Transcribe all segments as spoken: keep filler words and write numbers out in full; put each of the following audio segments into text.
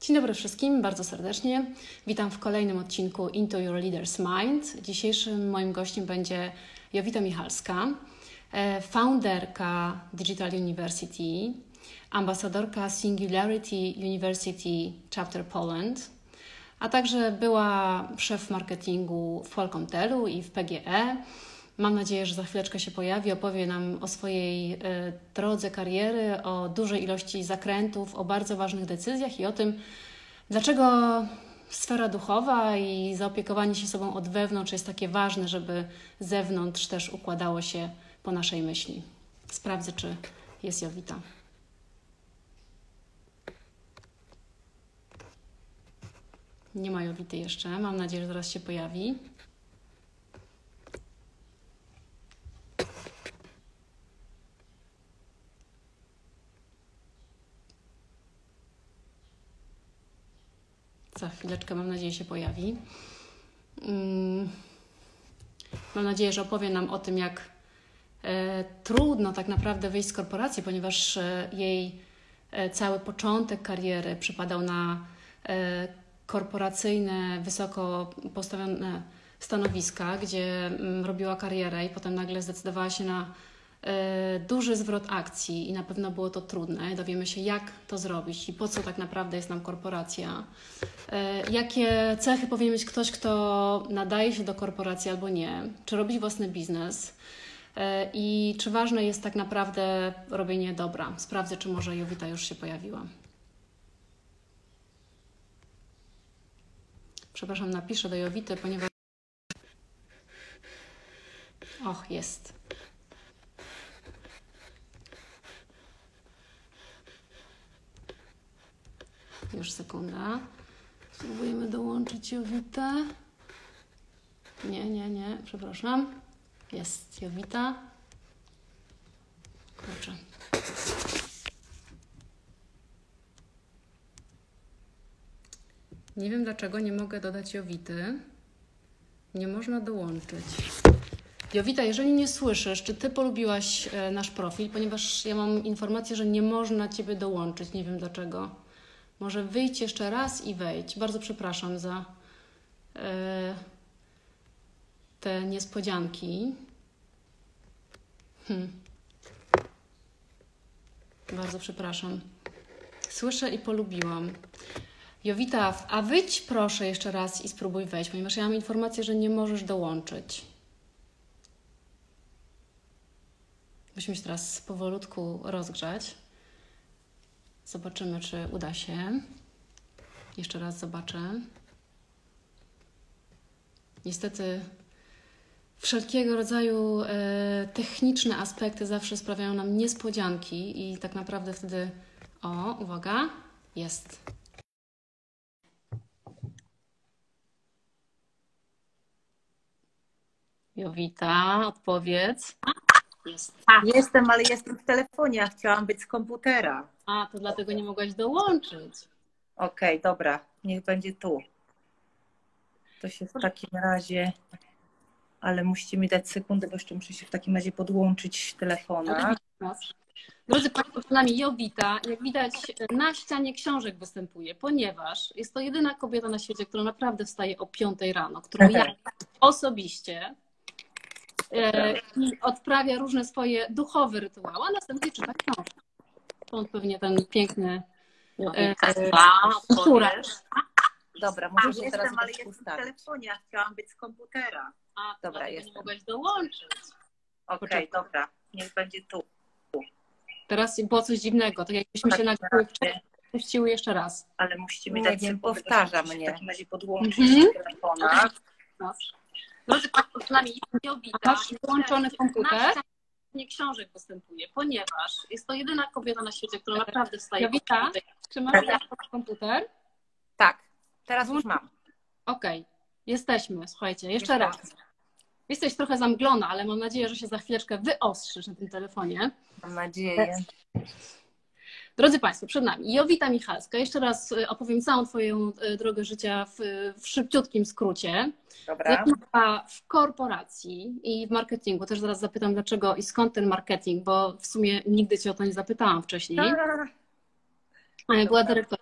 Dzień dobry wszystkim, bardzo serdecznie. Witam w kolejnym odcinku Into Your Leader's Mind. Dzisiejszym moim gościem będzie Jowita Michalska, founderka Digital University, ambasadorka Singularity University Chapter Poland, a także była szef marketingu w Polkomtelu i w P G E. Mam nadzieję, że za chwileczkę się pojawi, opowie nam o swojej y, drodze kariery, o dużej ilości zakrętów, o bardzo ważnych decyzjach i o tym, dlaczego sfera duchowa i zaopiekowanie się sobą od wewnątrz jest takie ważne, żeby z zewnątrz też układało się po naszej myśli. Sprawdzę, czy jest Jowita. Nie ma Jowity jeszcze. Mam nadzieję, że zaraz się pojawi. Za chwileczkę, mam nadzieję, się pojawi. Mam nadzieję, że opowie nam o tym, jak e, trudno tak naprawdę wyjść z korporacji, ponieważ e, jej e, cały początek kariery przypadał na e, korporacyjne, wysoko postawione stanowiska, gdzie m, robiła karierę i potem nagle zdecydowała się na e, duży zwrot akcji i na pewno było to trudne. Dowiemy się, jak to zrobić i po co tak naprawdę jest nam korporacja. E, jakie cechy powinien mieć ktoś, kto nadaje się do korporacji albo nie. Czy robić własny biznes. E, I czy ważne jest tak naprawdę robienie dobra. Sprawdzę, czy może Jowita już się pojawiła. Przepraszam, napiszę do Jowity, ponieważ... Och, jest. Już sekunda. Spróbujemy dołączyć Jowitę. Nie, nie, nie, przepraszam. Jest Jowita. Kurczę. Nie wiem, dlaczego nie mogę dodać Jowity. Nie można dołączyć. Jowita, jeżeli nie słyszysz, czy Ty polubiłaś nasz profil, ponieważ ja mam informację, że nie można Ciebie dołączyć. Nie wiem dlaczego. Może wyjdź jeszcze raz i wejdź. Bardzo przepraszam za yy, te niespodzianki. Hmm. Bardzo przepraszam. Słyszę i polubiłam. Jowita, a wyjdź proszę jeszcze raz i spróbuj wejść, ponieważ ja mam informację, że nie możesz dołączyć. Musimy się teraz powolutku rozgrzać. Zobaczymy, czy uda się. Jeszcze raz zobaczę. Niestety wszelkiego rodzaju e, techniczne aspekty zawsze sprawiają nam niespodzianki i tak naprawdę wtedy... O, uwaga, jest. Jowita, odpowiedz. Jest. Jestem, ale jestem w telefonie, a chciałam być z komputera. A, to dlatego nie mogłaś dołączyć. Okej, okay, dobra, niech będzie tu. To się w takim razie, ale musicie mi dać sekundę, bo jeszcze muszę się w takim razie podłączyć telefona. Drodzy Państwo, przed nami Jowita, jak widać na ścianie książek występuje, ponieważ jest to jedyna kobieta na świecie, która naprawdę wstaje o piątej rano, którą ja osobiście e, i odprawia różne swoje duchowe rytuały, a następnie czyta książkę. Stąd pewnie ten piękny e, kulturę. Dobra, może się teraz ale jestem w telefonie, a chciałam być z komputera. A, dobra, jestem. Nie mogłaś dołączyć. Okej, okay, dobra, niech będzie tu. Teraz było coś dziwnego, tak jakbyśmy się nagrały wcześniej, puściły jeszcze raz. Ale musicie mi dać, wiem, powtarza mnie. W takim razie podłączyć mm-hmm. telefona. Drodzy Państwo, z nami Jowita, włączony komputer. Nie książek występuje, ponieważ jest to jedyna kobieta na świecie, która naprawdę wstaje. Jowita, czy masz komputer? Tak, teraz już mam. Okej, okay. Jesteśmy, słuchajcie, jeszcze raz. Jesteś trochę zamglona, ale mam nadzieję, że się za chwileczkę wyostrzysz na tym telefonie. Mam nadzieję. Drodzy Państwo, przed nami Jowita Michalska. Jeszcze raz opowiem całą Twoją drogę życia w, w szybciutkim skrócie. Dobra. W korporacji i w marketingu. Też zaraz zapytam, dlaczego i skąd ten marketing, bo w sumie nigdy Cię o to nie zapytałam wcześniej. Była dyrektorką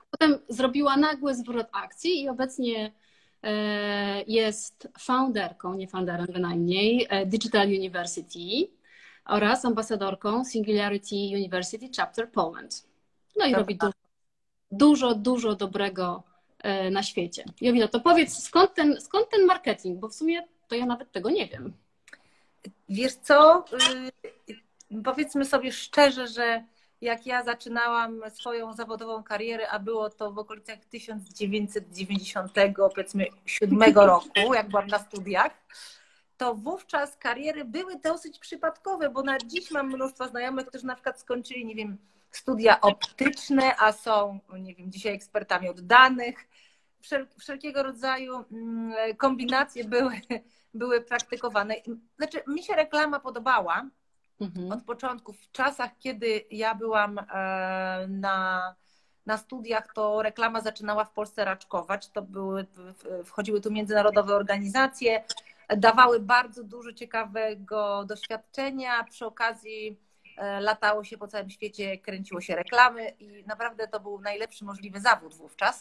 potem zrobiła nagły zwrot akcji i obecnie e, jest founderką, nie founderem bynajmniej, e, Digital University oraz ambasadorką Singularity University Chapter Poland. No i robi dużo, dużo, dużo dobrego e, na świecie. Jowita, to powiedz, skąd ten, skąd ten marketing? Bo w sumie to ja nawet tego nie wiem. Wiesz co, yy, powiedzmy sobie szczerze, że jak ja zaczynałam swoją zawodową karierę, a było to w okolicach tysiąc dziewięćset dziewięćdziesiątego, powiedzmy siódmego roku, jak byłam na studiach, to wówczas kariery były dosyć przypadkowe, bo na dziś mam mnóstwo znajomych, którzy na przykład skończyli, nie wiem, studia optyczne, a są, nie wiem, dzisiaj ekspertami od danych. Wszel wszelkiego rodzaju kombinacje były, były praktykowane. Znaczy, mi się reklama podobała mhm. od początku. W czasach, kiedy ja byłam na, na studiach, to reklama zaczynała w Polsce raczkować. To były, wchodziły tu międzynarodowe organizacje, dawały bardzo dużo ciekawego doświadczenia. Przy okazji latało się po całym świecie, kręciło się reklamy i naprawdę to był najlepszy możliwy zawód wówczas.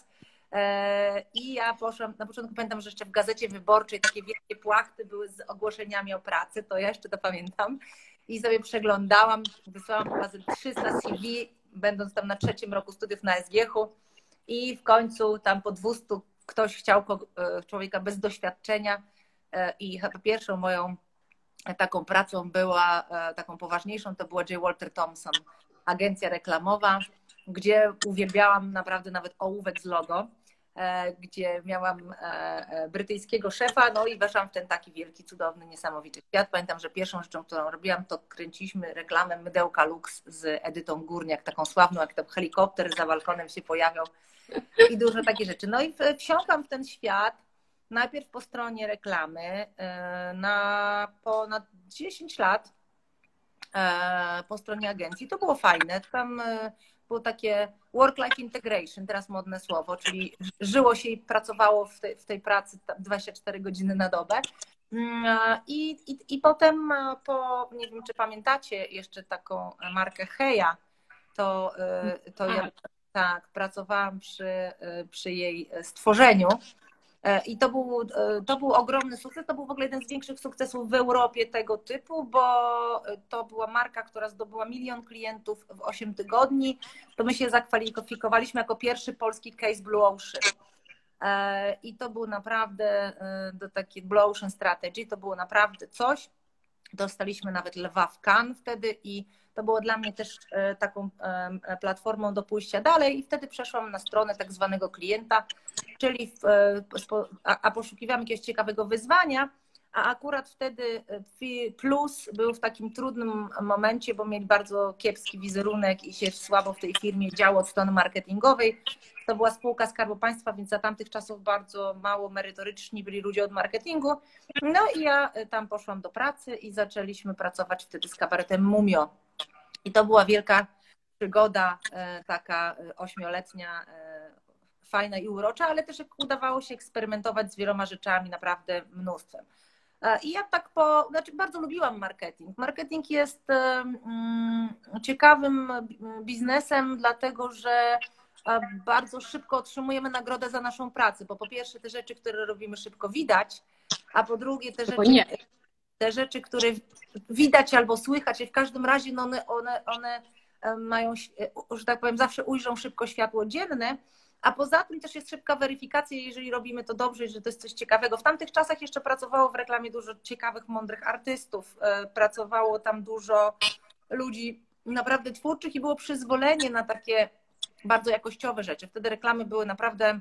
I ja poszłam, na początku pamiętam, że jeszcze w Gazecie Wyborczej takie wielkie płachty były z ogłoszeniami o pracy, to ja jeszcze to pamiętam. I sobie przeglądałam, wysłałam chyba ze trzysta C V, będąc tam na trzecim roku studiów na S G H u i w końcu tam po dwustu ktoś chciał człowieka bez doświadczenia i chyba pierwszą moją taką pracą była, taką poważniejszą, to była J. Walter Thompson, agencja reklamowa, gdzie uwielbiałam naprawdę nawet ołówek z logo, gdzie miałam brytyjskiego szefa, no i weszłam w ten taki wielki, cudowny, niesamowity świat. Pamiętam, że pierwszą rzeczą, którą robiłam, to kręciliśmy reklamę Mydełka Lux z Edytą Górniak, taką sławną, jak tam helikopter za balkonem się pojawiał i dużo takich rzeczy. No i wsiąkam w ten świat, najpierw po stronie reklamy, na ponad dziesięć lat po stronie agencji. To było fajne. Tam było takie work-life integration, teraz modne słowo, czyli żyło się i pracowało w tej, w tej pracy dwadzieścia cztery godziny na dobę. I, i, i potem, po, nie wiem, czy pamiętacie jeszcze taką markę Heja, to, to ja tak, pracowałam przy, przy jej stworzeniu. I to był, to był ogromny sukces, to był w ogóle jeden z większych sukcesów w Europie tego typu, bo to była marka, która zdobyła milion klientów w osiem tygodni. To my się zakwalifikowaliśmy jako pierwszy polski case Blue Ocean. I to był naprawdę do takiej Blue Ocean Strategy, to było naprawdę coś. Dostaliśmy nawet lwa w Cannes wtedy i to było dla mnie też taką platformą do pójścia dalej i wtedy przeszłam na stronę tak zwanego klienta, czyli w, a poszukiwałam jakiegoś ciekawego wyzwania, a akurat wtedy Plus był w takim trudnym momencie, bo mieli bardzo kiepski wizerunek i się słabo w tej firmie działo od strony marketingowej. To była spółka Skarbu Państwa, więc za tamtych czasów bardzo mało merytoryczni byli ludzie od marketingu. No i ja tam poszłam do pracy i zaczęliśmy pracować wtedy z kabaretem Mumio. I to była wielka przygoda, taka ośmioletnia, fajna i urocza, ale też udawało się eksperymentować z wieloma rzeczami, naprawdę mnóstwem. I ja tak po, znaczy bardzo lubiłam marketing. Marketing jest um, ciekawym biznesem, dlatego że bardzo szybko otrzymujemy nagrodę za naszą pracę, bo po pierwsze te rzeczy, które robimy, szybko widać, a po drugie te rzeczy, te rzeczy, które widać albo słychać, i w każdym razie no one, one, one mają, że tak powiem, zawsze ujrzą szybko światło dzienne, a poza tym też jest szybka weryfikacja, jeżeli robimy to dobrze i że to jest coś ciekawego. W tamtych czasach jeszcze pracowało w reklamie dużo ciekawych, mądrych artystów, pracowało tam dużo ludzi naprawdę twórczych i było przyzwolenie na takie bardzo jakościowe rzeczy. Wtedy reklamy były naprawdę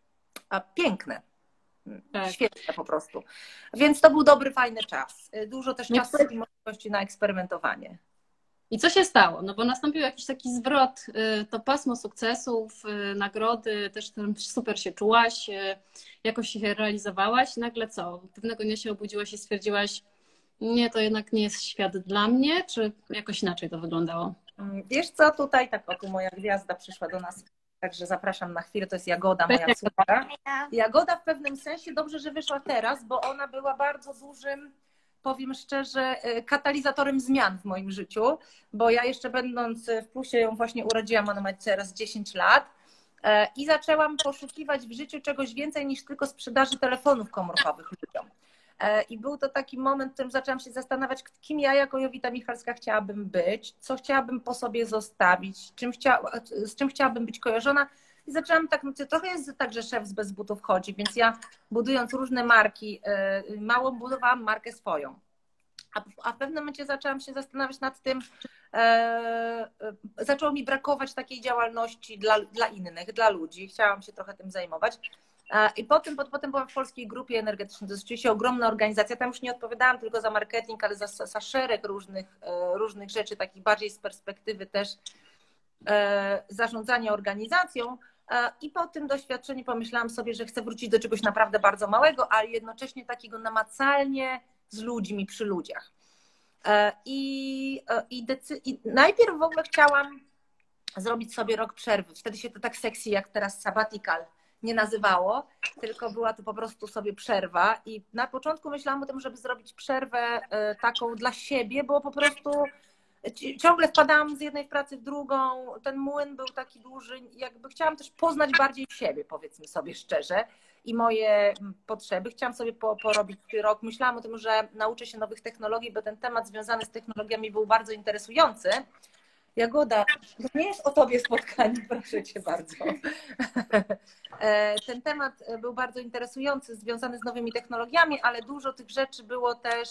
piękne, tak. Świetne po prostu. Więc to był dobry, fajny czas. Dużo też czasu i możliwości na eksperymentowanie. I co się stało? No bo nastąpił jakiś taki zwrot, to pasmo sukcesów, nagrody, też tam super się czułaś, jakoś się realizowałaś. Nagle co? Pewnego dnia się obudziłaś i stwierdziłaś, nie, to jednak nie jest świat dla mnie, czy jakoś inaczej to wyglądało? Wiesz co, tutaj tak, o tu moja gwiazda przyszła do nas, także zapraszam na chwilę, to jest Jagoda, moja córka. Jagoda w pewnym sensie dobrze, że wyszła teraz, bo ona była bardzo dużym, powiem szczerze, katalizatorem zmian w moim życiu, bo ja jeszcze będąc w Plusie ją właśnie urodziłam, ona ma teraz dziesięć lat I zaczęłam poszukiwać w życiu czegoś więcej niż tylko sprzedaży telefonów komórkowych ludziom. I był to taki moment, w którym zaczęłam się zastanawiać, kim ja jako Jowita Michalska chciałabym być, co chciałabym po sobie zostawić, czym chciała, z czym chciałabym być kojarzona. I zaczęłam tak, no, trochę jest tak, że szef bez butów chodzi, więc ja budując różne marki, mało budowałam markę swoją. A w pewnym momencie zaczęłam się zastanawiać nad tym, e, zaczęło mi brakować takiej działalności dla, dla innych, dla ludzi. Chciałam się trochę tym zajmować. I potem, potem byłam w Polskiej Grupie Energetycznej. To jest oczywiście ogromna organizacja. Tam już nie odpowiadałam tylko za marketing, ale za, za szereg różnych, różnych rzeczy, takich bardziej z perspektywy też e, zarządzania organizacją. I po tym doświadczeniu pomyślałam sobie, że chcę wrócić do czegoś naprawdę bardzo małego, ale jednocześnie takiego namacalnie z ludźmi, przy ludziach. I, i, decy- i najpierw w ogóle chciałam zrobić sobie rok przerwy. Wtedy się to tak sexy jak teraz sabbatical nie nazywało, tylko była to po prostu sobie przerwa. I na początku myślałam o tym, żeby zrobić przerwę taką dla siebie, bo po prostu ciągle wpadałam z jednej pracy w drugą, ten młyn był taki duży, jakby chciałam też poznać bardziej siebie, powiedzmy sobie szczerze, i moje potrzeby. Chciałam sobie po, porobić rok. Myślałam o tym, że nauczę się nowych technologii, bo ten temat związany z technologiami był bardzo interesujący. Jagoda, to nie jest o tobie spotkanie, proszę cię bardzo. Ten temat był bardzo interesujący, związany z nowymi technologiami, ale dużo tych rzeczy było też,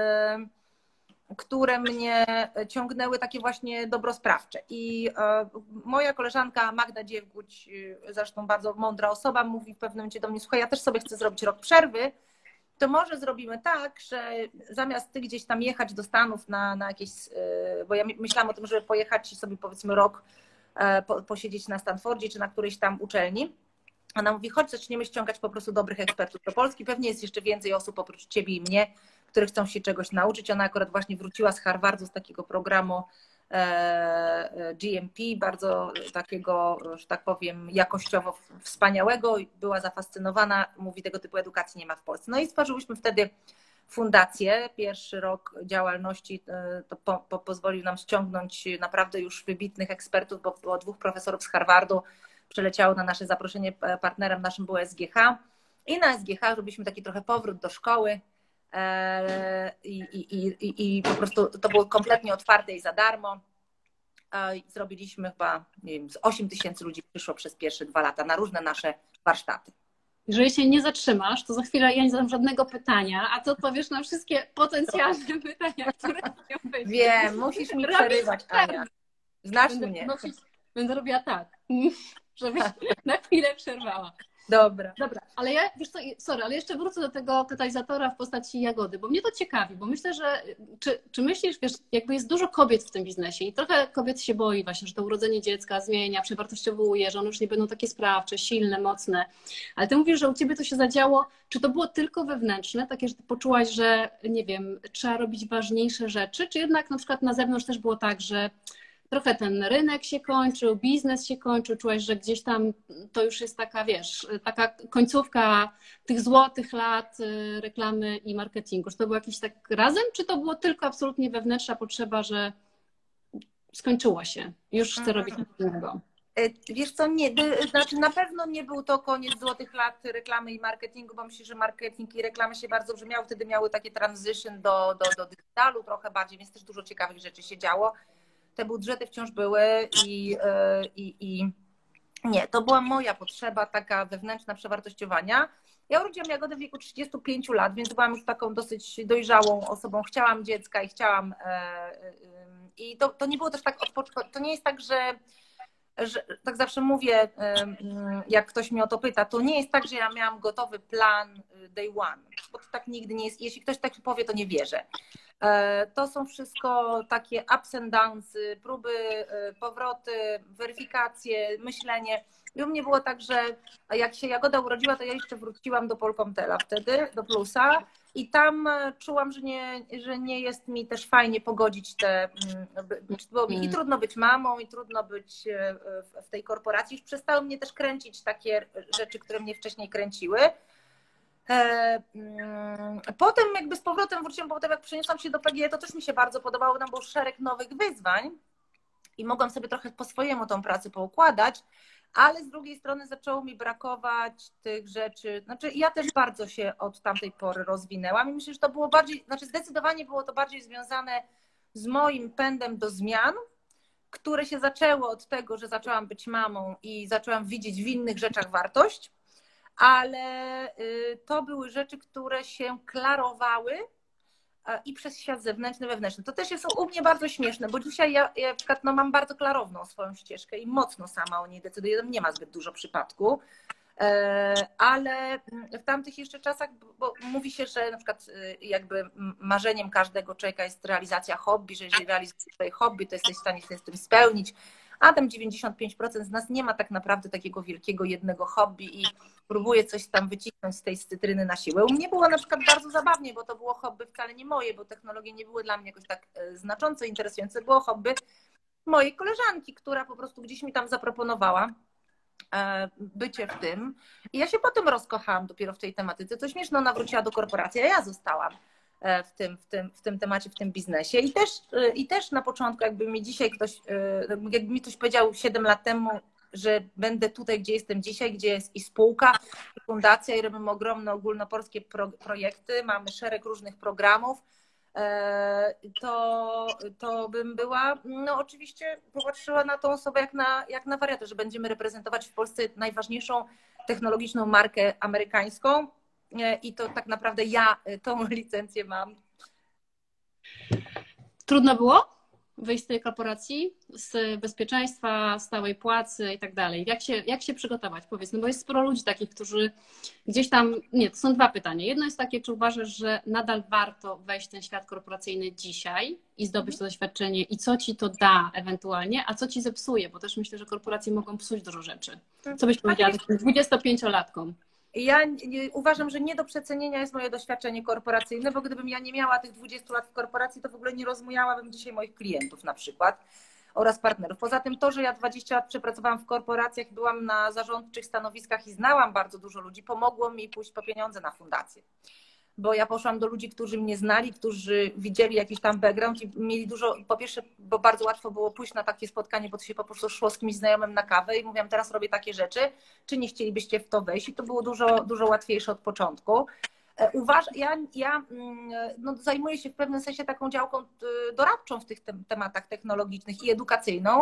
które mnie ciągnęły takie właśnie dobrosprawcze. I moja koleżanka Magda Dziewguć, zresztą bardzo mądra osoba, mówi w pewnym momencie do mnie: słuchaj, ja też sobie chcę zrobić rok przerwy, to może zrobimy tak, że zamiast ty gdzieś tam jechać do Stanów na, na jakieś, bo ja myślałam o tym, żeby pojechać i sobie powiedzmy rok po, posiedzieć na Stanfordzie czy na którejś tam uczelni. Ona mówi: chodź, zaczniemy ściągać po prostu dobrych ekspertów do Polski. Pewnie jest jeszcze więcej osób oprócz ciebie i mnie, które chcą się czegoś nauczyć. Ona akurat właśnie wróciła z Harvardu, z takiego programu G M P, bardzo takiego, że tak powiem, jakościowo wspaniałego. Była zafascynowana, mówi: tego typu edukacji nie ma w Polsce. No i stworzyłyśmy wtedy fundację. Pierwszy rok działalności to po, po, pozwolił nam ściągnąć naprawdę już wybitnych ekspertów, bo było dwóch profesorów z Harvardu, przeleciało na nasze zaproszenie, partnerem naszym było S G H. I na S G H robiliśmy taki trochę powrót do szkoły. I, i, i, i po prostu to było kompletnie otwarte i za darmo. Zrobiliśmy chyba, nie wiem, z osiem tysięcy ludzi przyszło przez pierwsze dwa lata na różne nasze warsztaty. Jeżeli się nie zatrzymasz, to za chwilę ja nie zadam żadnego pytania, a ty odpowiesz na wszystkie potencjalne pytania, które mają być. Wiem, musisz mi przerywać, Ania. Znasz będę mnie. Nosić, będę robiła tak, żebyś na chwilę przerwała. Dobra. Dobra, ale ja, wiesz co, sorry, ale jeszcze wrócę do tego katalizatora w postaci Jagody, bo mnie to ciekawi, bo myślę, że czy, czy myślisz, wiesz, jakby jest dużo kobiet w tym biznesie i trochę kobiet się boi właśnie, że to urodzenie dziecka zmienia, przewartościowuje, że one już nie będą takie sprawcze, silne, mocne, ale ty mówisz, że u ciebie to się zadziało, czy to było tylko wewnętrzne, takie, że ty poczułaś, że nie wiem, trzeba robić ważniejsze rzeczy, czy jednak na przykład na zewnątrz też było tak, że trochę ten rynek się kończył, biznes się kończył, czułaś, że gdzieś tam to już jest taka, wiesz, taka końcówka tych złotych lat reklamy i marketingu. Czy to było jakieś tak razem, czy to było tylko absolutnie wewnętrzna potrzeba, że skończyło się, już chcę robić coś innego? Wiesz co, nie, znaczy na pewno nie był to koniec złotych lat reklamy i marketingu, bo myślę, że marketing i reklamy się bardzo brzmiały. Wtedy miały takie transition do, do, do digitalu trochę bardziej, więc też dużo ciekawych rzeczy się działo. Te budżety wciąż były i, i, i nie, to była moja potrzeba taka wewnętrzna przewartościowania. Ja urodziłam Jagodę w wieku trzydziestu pięciu lat, więc byłam już taką dosyć dojrzałą osobą. Chciałam dziecka i chciałam i to, to nie było też tak, to nie jest tak, że, że tak zawsze mówię, jak ktoś mnie o to pyta, to nie jest tak, że ja miałam gotowy plan day one, bo to tak nigdy nie jest. Jeśli ktoś tak powie, to nie wierzę. To są wszystko takie ups and downs, próby, powroty, weryfikacje, myślenie. I u mnie było tak, że jak się Jagoda urodziła, to ja jeszcze wróciłam do Polkomtela wtedy, do Plusa i tam czułam, że nie, że nie jest mi też fajnie pogodzić te... Było mi i trudno być mamą, i trudno być w tej korporacji. Już przestały mnie też kręcić takie rzeczy, które mnie wcześniej kręciły. Potem jakby z powrotem wróciłam, potem jak przeniosłam się do P G E, to też mi się bardzo podobało, tam był szereg nowych wyzwań i mogłam sobie trochę po swojemu tą pracę poukładać, ale z drugiej strony zaczęło mi brakować tych rzeczy. Znaczy, ja też bardzo się od tamtej pory rozwinęłam i myślę, że to było bardziej, znaczy zdecydowanie było to bardziej związane z moim pędem do zmian, które się zaczęło od tego, że zaczęłam być mamą i zaczęłam widzieć w innych rzeczach wartość, ale to były rzeczy, które się klarowały i przez świat zewnętrzny, wewnętrzny. To też jest u mnie bardzo śmieszne, bo dzisiaj ja, ja na przykład no, mam bardzo klarowną swoją ścieżkę i mocno sama o niej decyduję. Nie ma zbyt dużo przypadku, ale w tamtych jeszcze czasach, bo mówi się, że na przykład jakby marzeniem każdego człowieka jest realizacja hobby, że jeżeli realizujesz swoje hobby, to jesteś w stanie się z tym spełnić, a tam dziewięćdziesiąt pięć procent z nas nie ma tak naprawdę takiego wielkiego jednego hobby i próbuje coś tam wycisnąć z tej cytryny na siłę. U mnie było na przykład bardzo zabawnie, bo to było hobby wcale nie moje, bo technologie nie były dla mnie jakoś tak znacząco interesujące. Było hobby mojej koleżanki, która po prostu gdzieś mi tam zaproponowała bycie w tym. I ja się potem rozkochałam dopiero w tej tematyce. Co śmieszne, ona wróciła do korporacji, a ja zostałam w tym, w tym, w tym temacie, w tym biznesie. I też, i też na początku, jakby mi dzisiaj ktoś, jakby mi ktoś powiedział siedem lat temu, że będę tutaj, gdzie jestem dzisiaj, gdzie jest i spółka, i fundacja, i robimy ogromne ogólnopolskie pro, projekty, mamy szereg różnych programów, to, to bym była, no oczywiście popatrzyła na tą osobę jak na, jak na wariatę, że będziemy reprezentować w Polsce najważniejszą technologiczną markę amerykańską i to tak naprawdę ja tą licencję mam. Trudno było wyjść z tej korporacji, z bezpieczeństwa, stałej płacy i tak dalej? Jak się, jak się przygotować? Powiedz, no bo jest sporo ludzi takich, którzy gdzieś tam, nie, to są dwa pytania. Jedno jest takie, czy uważasz, że nadal warto wejść w ten świat korporacyjny dzisiaj i zdobyć to doświadczenie i co ci to da ewentualnie, a co ci zepsuje? Bo też myślę, że korporacje mogą psuć dużo rzeczy. Co byś powiedziała takim dwudziestopięciolatkom? Ja nie, uważam, że nie do przecenienia jest moje doświadczenie korporacyjne, bo gdybym ja nie miała tych dwudziestu lat w korporacji, to w ogóle nie rozmujałabym dzisiaj moich klientów na przykład oraz partnerów. Poza tym to, że ja dwadzieścia lat przepracowałam w korporacjach, byłam na zarządczych stanowiskach i znałam bardzo dużo ludzi, pomogło mi pójść po pieniądze na fundację. Bo ja poszłam do ludzi, którzy mnie znali, którzy widzieli jakiś tam background i mieli dużo, po pierwsze, bo bardzo łatwo było pójść na takie spotkanie, bo to się po prostu szło z kimś znajomym na kawę i mówiłam, teraz robię takie rzeczy, czy nie chcielibyście w to wejść? I to było dużo, dużo łatwiejsze od początku. Uważam, ja, ja no, zajmuję się w pewnym sensie taką działką doradczą w tych tematach technologicznych i edukacyjną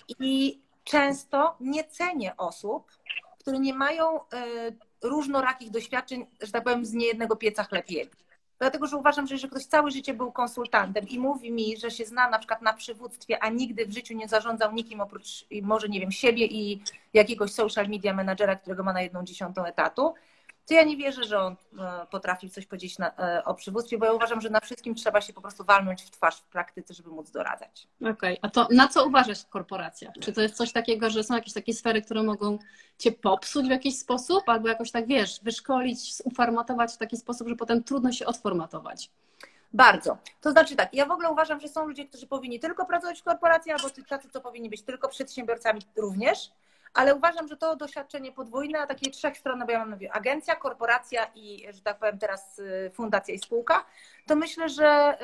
i często nie cenię osób, które nie mają różnorakich doświadczeń, że tak powiem, z niejednego pieca chleb jedli. Dlatego, że uważam, że jeżeli ktoś całe życie był konsultantem i mówi mi, że się zna na przykład na przywództwie, a nigdy w życiu nie zarządzał nikim oprócz może, nie wiem, siebie i jakiegoś social media managera, którego ma na jedną dziesiątą etatu, to ja nie wierzę, że on potrafi coś powiedzieć na, o przywództwie, bo ja uważam, że na wszystkim trzeba się po prostu walnąć w twarz w praktyce, żeby móc doradzać. Okej, okay. A to na co uważać w korporacjach? Czy to jest coś takiego, że są jakieś takie sfery, które mogą cię popsuć w jakiś sposób, albo jakoś tak, wiesz, wyszkolić, uformatować w taki sposób, że potem trudno się odformatować? Bardzo. To znaczy tak, ja w ogóle uważam, że są ludzie, którzy powinni tylko pracować w korporacji, albo tacy, co powinni być tylko przedsiębiorcami również, ale uważam, że to doświadczenie podwójne, a takie trzech stron, bo ja mam na myśli agencja, korporacja i, że tak powiem teraz fundacja i spółka, to myślę, że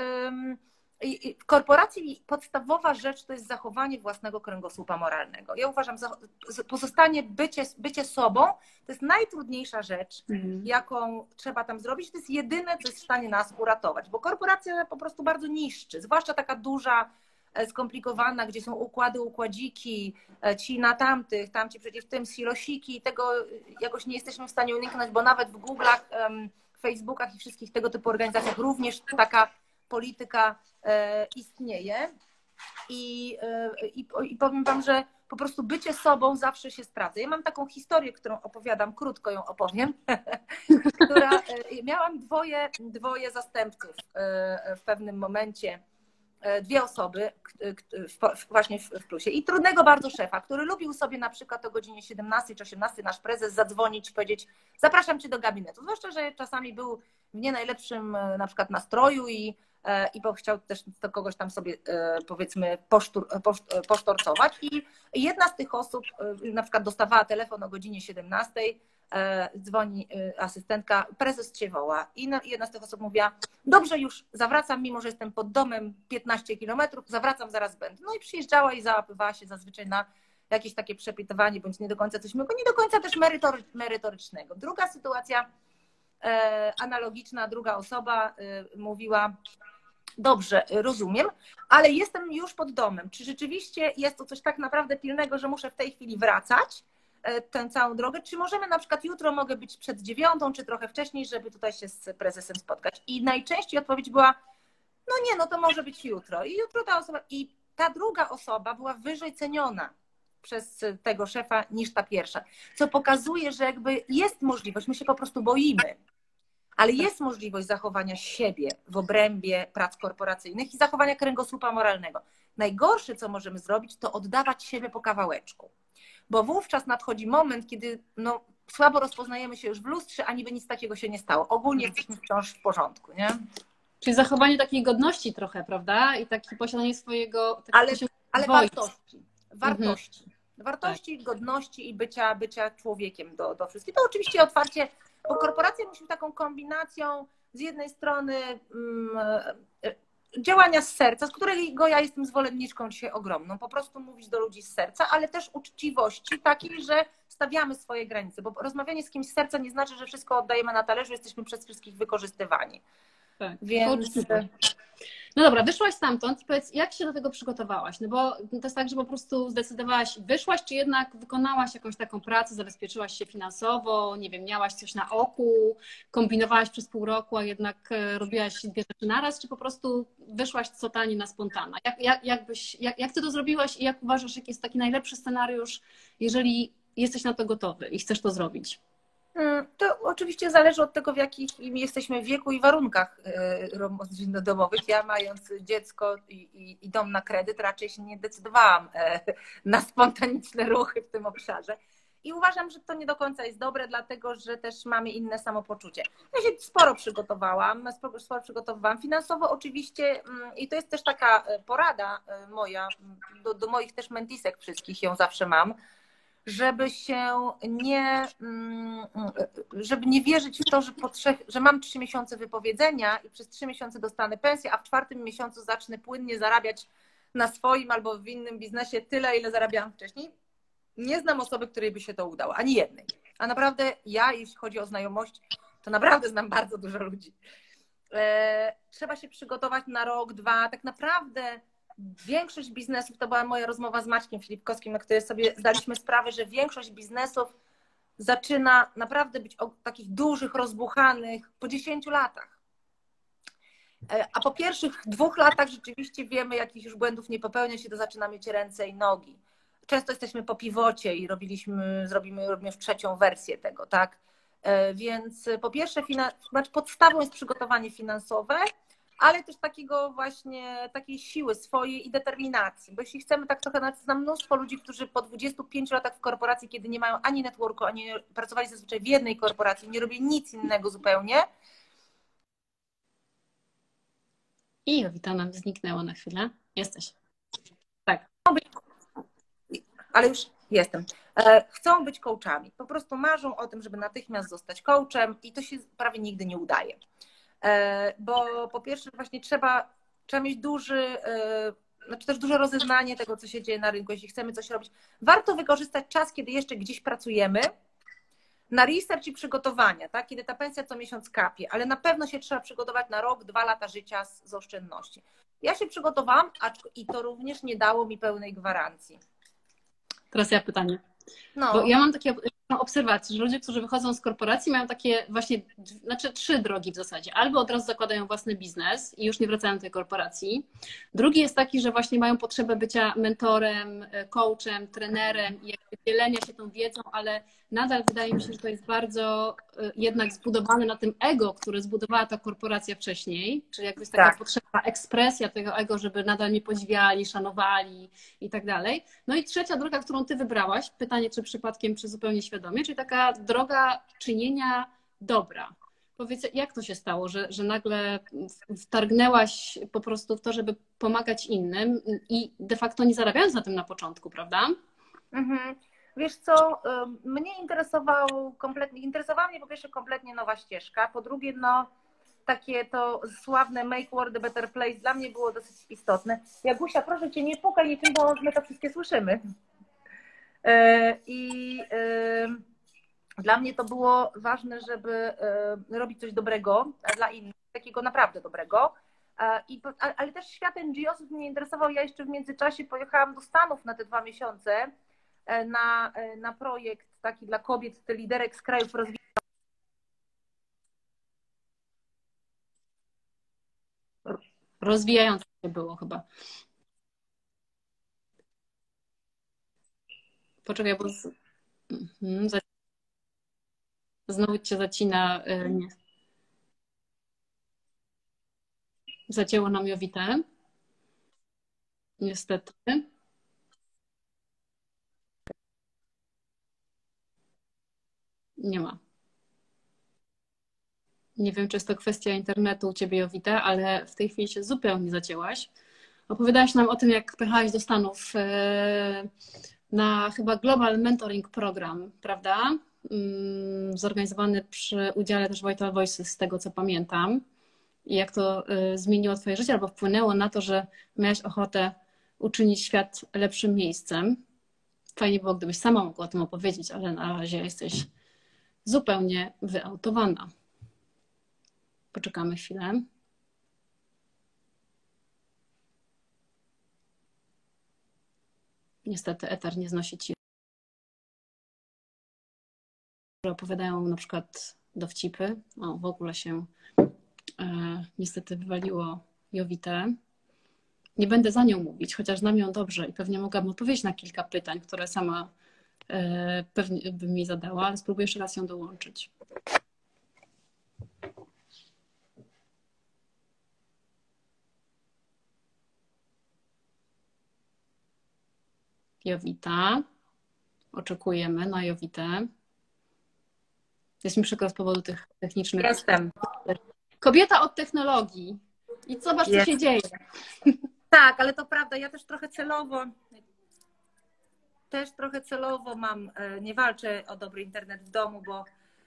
w korporacji podstawowa rzecz to jest zachowanie własnego kręgosłupa moralnego. Ja uważam, że pozostanie, bycie, bycie sobą to jest najtrudniejsza rzecz, mm. jaką trzeba tam zrobić. To jest jedyne, co jest w stanie nas uratować, bo korporacja po prostu bardzo niszczy, zwłaszcza taka duża, skomplikowana, gdzie są układy, układziki, ci na tamtych, tamci przecież w tym silosiki, tego jakoś nie jesteśmy w stanie uniknąć, bo nawet w Google'ach, Facebookach i wszystkich tego typu organizacjach również taka polityka istnieje. I, i, i powiem wam, że po prostu bycie sobą zawsze się sprawdza. Ja mam taką historię, którą opowiadam, krótko ją opowiem, która miałam dwoje, dwoje zastępców w pewnym momencie. Dwie osoby właśnie w plusie i trudnego bardzo szefa, który lubił sobie na przykład o godzinie siedemnastej czy osiemnastej nasz prezes zadzwonić i powiedzieć: zapraszam cię do gabinetu. Zwłaszcza, że czasami był w nie najlepszym na przykład nastroju i, i chciał też to kogoś tam sobie powiedzmy posztur, posztorcować. I jedna z tych osób na przykład dostawała telefon o godzinie siedemnastej, dzwoni asystentka, prezes cię woła. I jedna z tych osób mówiła: dobrze, już zawracam, mimo że jestem pod domem piętnaście kilometrów, zawracam, zaraz będę. No i przyjeżdżała i załapywała się zazwyczaj na jakieś takie przepytywanie, bądź nie do końca coś miłego, nie do końca też merytory, merytorycznego. Druga sytuacja e, analogiczna, druga osoba e, mówiła, dobrze, rozumiem, ale jestem już pod domem. Czy rzeczywiście jest to coś tak naprawdę pilnego, że muszę w tej chwili wracać tę całą drogę? Czy możemy na przykład jutro mogę być przed dziewiątą, czy trochę wcześniej, żeby tutaj się z prezesem spotkać? I najczęściej odpowiedź była, no nie, no to może być jutro. I jutro ta osoba, i ta druga osoba była wyżej ceniona przez tego szefa niż ta pierwsza. Co pokazuje, że jakby jest możliwość, my się po prostu boimy, ale jest możliwość zachowania siebie w obrębie prac korporacyjnych i zachowania kręgosłupa moralnego. Najgorsze, co możemy zrobić, to oddawać siebie po kawałeczku. Bo wówczas nadchodzi moment, kiedy no, słabo rozpoznajemy się już w lustrze, a niby nic takiego się nie stało. Ogólnie jesteśmy wciąż w porządku, nie? Czyli zachowanie takiej godności trochę, prawda? I takie posiadanie swojego... Ale, ale wartości. Wartości. Mhm. Wartości, tak. Godności i bycia, bycia człowiekiem do, do wszystkich. To oczywiście otwarcie, bo korporacja musi być taką kombinacją z jednej strony um, działania z serca, z którego ja jestem zwolenniczką dzisiaj ogromną. Po prostu mówić do ludzi z serca, ale też uczciwości takiej, że stawiamy swoje granice, bo rozmawianie z kimś z serca nie znaczy, że wszystko oddajemy na talerzu, jesteśmy przez wszystkich wykorzystywani. Tak. Więc... No dobra, wyszłaś stamtąd i powiedz, jak się do tego przygotowałaś? No bo to jest tak, że po prostu zdecydowałaś, wyszłaś, czy jednak wykonałaś jakąś taką pracę, zabezpieczyłaś się finansowo, nie wiem, miałaś coś na oku, kombinowałaś przez pół roku, a jednak robiłaś dwie rzeczy naraz, czy po prostu wyszłaś totalnie na spontana? Jak, jak, jak, byś, jak, jak ty to zrobiłaś i jak uważasz, jaki jest taki najlepszy scenariusz, jeżeli jesteś na to gotowy i chcesz to zrobić? To oczywiście zależy od tego, w jakim jesteśmy wieku i warunkach domowych. Ja mając dziecko i, i, i dom na kredyt raczej się nie decydowałam na spontaniczne ruchy w tym obszarze. I uważam, że to nie do końca jest dobre, dlatego że też mamy inne samopoczucie. Ja się sporo przygotowałam, sporo, sporo przygotowywałam finansowo oczywiście i to jest też taka porada moja, do, do moich też mentisek wszystkich ją zawsze mam, żeby się nie, żeby nie wierzyć w to, że, po trzech, że mam trzy miesiące wypowiedzenia i przez trzy miesiące dostanę pensję, a w czwartym miesiącu zacznę płynnie zarabiać na swoim albo w innym biznesie tyle, ile zarabiałam wcześniej. Nie znam osoby, której by się to udało, ani jednej. A naprawdę ja, jeśli chodzi o znajomość, to naprawdę znam bardzo dużo ludzi. Trzeba się przygotować na rok, dwa, tak naprawdę większość biznesów, to była moja rozmowa z Maćkiem Filipkowskim, na której sobie zdaliśmy sprawę, że większość biznesów zaczyna naprawdę być takich dużych, rozbuchanych po dziesięciu latach. A po pierwszych dwóch latach rzeczywiście wiemy, jakich już błędów nie popełniać i to zaczyna mieć ręce i nogi. Często jesteśmy po piwocie i robiliśmy, zrobimy, robimy w trzecią wersję tego, tak? Więc po pierwsze podstawą jest przygotowanie finansowe, ale też takiego właśnie, takiej siły swojej i determinacji. Bo jeśli chcemy tak trochę, znam mnóstwo ludzi, którzy po dwudziestu pięciu latach w korporacji, kiedy nie mają ani networku, ani pracowali zazwyczaj w jednej korporacji, nie robili nic innego zupełnie. I Jowita nam zniknęła na chwilę. Jesteś. Tak. Ale już jestem. Chcą być coachami. Po prostu marzą o tym, żeby natychmiast zostać coachem i to się prawie nigdy nie udaje. Bo po pierwsze właśnie trzeba, trzeba mieć duży, znaczy też duże rozeznanie tego, co się dzieje na rynku, jeśli chcemy coś robić. Warto wykorzystać czas, kiedy jeszcze gdzieś pracujemy, na research i przygotowania, tak? Kiedy ta pensja co miesiąc kapie, ale na pewno się trzeba przygotować na rok, dwa lata życia z, z oszczędności. Ja się przygotowałam, a i to również nie dało mi pełnej gwarancji. Teraz ja pytanie. No. Bo ja mam takie obserwacje, że ludzie, którzy wychodzą z korporacji, mają takie właśnie, znaczy trzy drogi w zasadzie. Albo od razu zakładają własny biznes i już nie wracają do tej korporacji. Drugi jest taki, że właśnie mają potrzebę bycia mentorem, coachem, trenerem i jakby dzielenia się tą wiedzą, ale nadal wydaje mi się, że to jest bardzo jednak zbudowane na tym ego, które zbudowała ta korporacja wcześniej, czyli jakby jest taka tak. potrzebna ekspresja tego ego, żeby nadal mnie podziwiali, szanowali i tak dalej. No i trzecia droga, którą ty wybrałaś, pytanie czy przypadkiem, czy zupełnie świadomie, czyli taka droga czynienia dobra. Powiedz, jak to się stało, że, że nagle wtargnęłaś po prostu w to, żeby pomagać innym i de facto nie zarabiając na tym na początku, prawda? Mhm. Wiesz co, mnie interesował kompletnie, interesowała mnie po pierwsze kompletnie nowa ścieżka, po drugie no takie to sławne make world a better place dla mnie było dosyć istotne. Jagusia, proszę Cię, nie pukaj niczym, bo my to wszystkie słyszymy. I dla mnie to było ważne, żeby robić coś dobrego dla innych, takiego naprawdę dobrego. I, ale też świat N G O-sów mnie interesował. Ja jeszcze w międzyczasie pojechałam do Stanów na te dwa miesiące na, na projekt taki dla kobiet, liderek z krajów rozwijających. Rozwijające się było chyba. Poczekaj, bo z... mhm, za... znowu cię zacina. Nie. Zacięło nam Jowitę. Niestety. Nie ma. Nie wiem, czy jest to kwestia internetu u ciebie, Jowita, ale w tej chwili się zupełnie zacięłaś. Opowiadałaś nam o tym, jak pojechałeś do Stanów na chyba Global Mentoring Program, prawda? Zorganizowany przy udziale też Vital Voices, z tego co pamiętam. I jak to zmieniło twoje życie, albo wpłynęło na to, że miałaś ochotę uczynić świat lepszym miejscem. Fajnie było, gdybyś sama mogła o tym opowiedzieć, ale na razie jesteś zupełnie wyautowana. Poczekamy chwilę. Niestety eter nie znosi ci. Opowiadają na przykład dowcipy. O, w ogóle się e, niestety wywaliło Jowitę. Nie będę za nią mówić, chociaż znam ją dobrze i pewnie mogłabym odpowiedzieć na kilka pytań, które sama e, pewnie bym mi zadała, ale spróbuję jeszcze raz ją dołączyć. Jowita. Oczekujemy na Jowitę. Jest mi przykro z powodu tych technicznych. Jestem. Kobieta od technologii. I zobacz, co się dzieje. Tak, ale to prawda. Ja też trochę celowo, też trochę celowo mam, nie walczę o dobry internet w domu, bo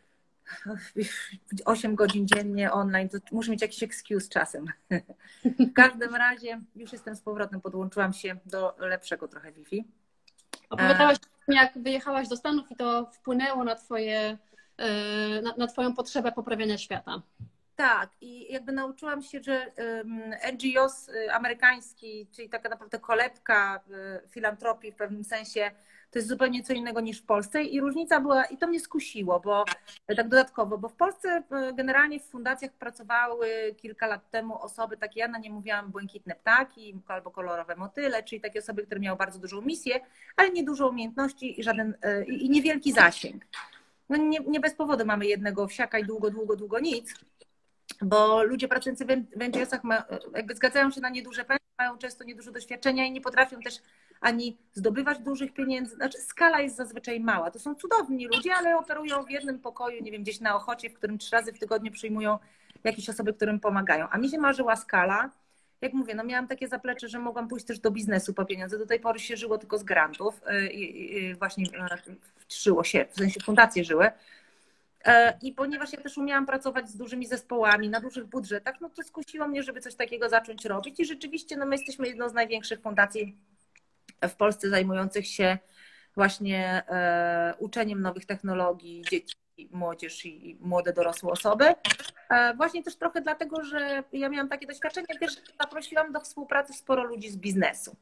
osiem godzin dziennie online, to muszę mieć jakiś excuse czasem. W każdym razie już jestem z powrotem, podłączyłam się do lepszego trochę Wi-Fi. Opowiadałaś, jak wyjechałaś do Stanów i to wpłynęło na twoje, na, na twoją potrzebę poprawiania świata. Tak, i jakby nauczyłam się, że N G O s amerykański, czyli taka naprawdę kolebka filantropii w pewnym sensie, to jest zupełnie co innego niż w Polsce i różnica była, i to mnie skusiło, bo tak dodatkowo, bo w Polsce generalnie w fundacjach pracowały kilka lat temu osoby, takie ja na nie mówiłam błękitne ptaki albo kolorowe motyle, czyli takie osoby, które miały bardzo dużą misję, ale nie dużo umiejętności i, żaden, i niewielki zasięg. No nie, nie bez powodu mamy jednego wsiaka i długo, długo, długo nic. Bo ludzie pracujący w N G O sach jakby zgadzają się na nieduże pensje, mają często niedużo doświadczenia i nie potrafią też ani zdobywać dużych pieniędzy. Znaczy skala jest zazwyczaj mała. To są cudowni ludzie, ale operują w jednym pokoju, nie wiem, gdzieś na Ochocie, w którym trzy razy w tygodniu przyjmują jakieś osoby, którym pomagają. A mi się marzyła skala. Jak mówię, no miałam takie zaplecze, że mogłam pójść też do biznesu po pieniądze. Do tej pory się żyło tylko z grantów. I właśnie żyło się, w sensie fundacje żyły. I ponieważ ja też umiałam pracować z dużymi zespołami na dużych budżetach, no to skusiło mnie, żeby coś takiego zacząć robić. I rzeczywiście no my jesteśmy jedną z największych fundacji w Polsce zajmujących się właśnie uczeniem nowych technologii dzieci, młodzież i młode dorosłe osoby. Właśnie też trochę dlatego, że ja miałam takie doświadczenie, też zaprosiłam do współpracy sporo ludzi z biznesu.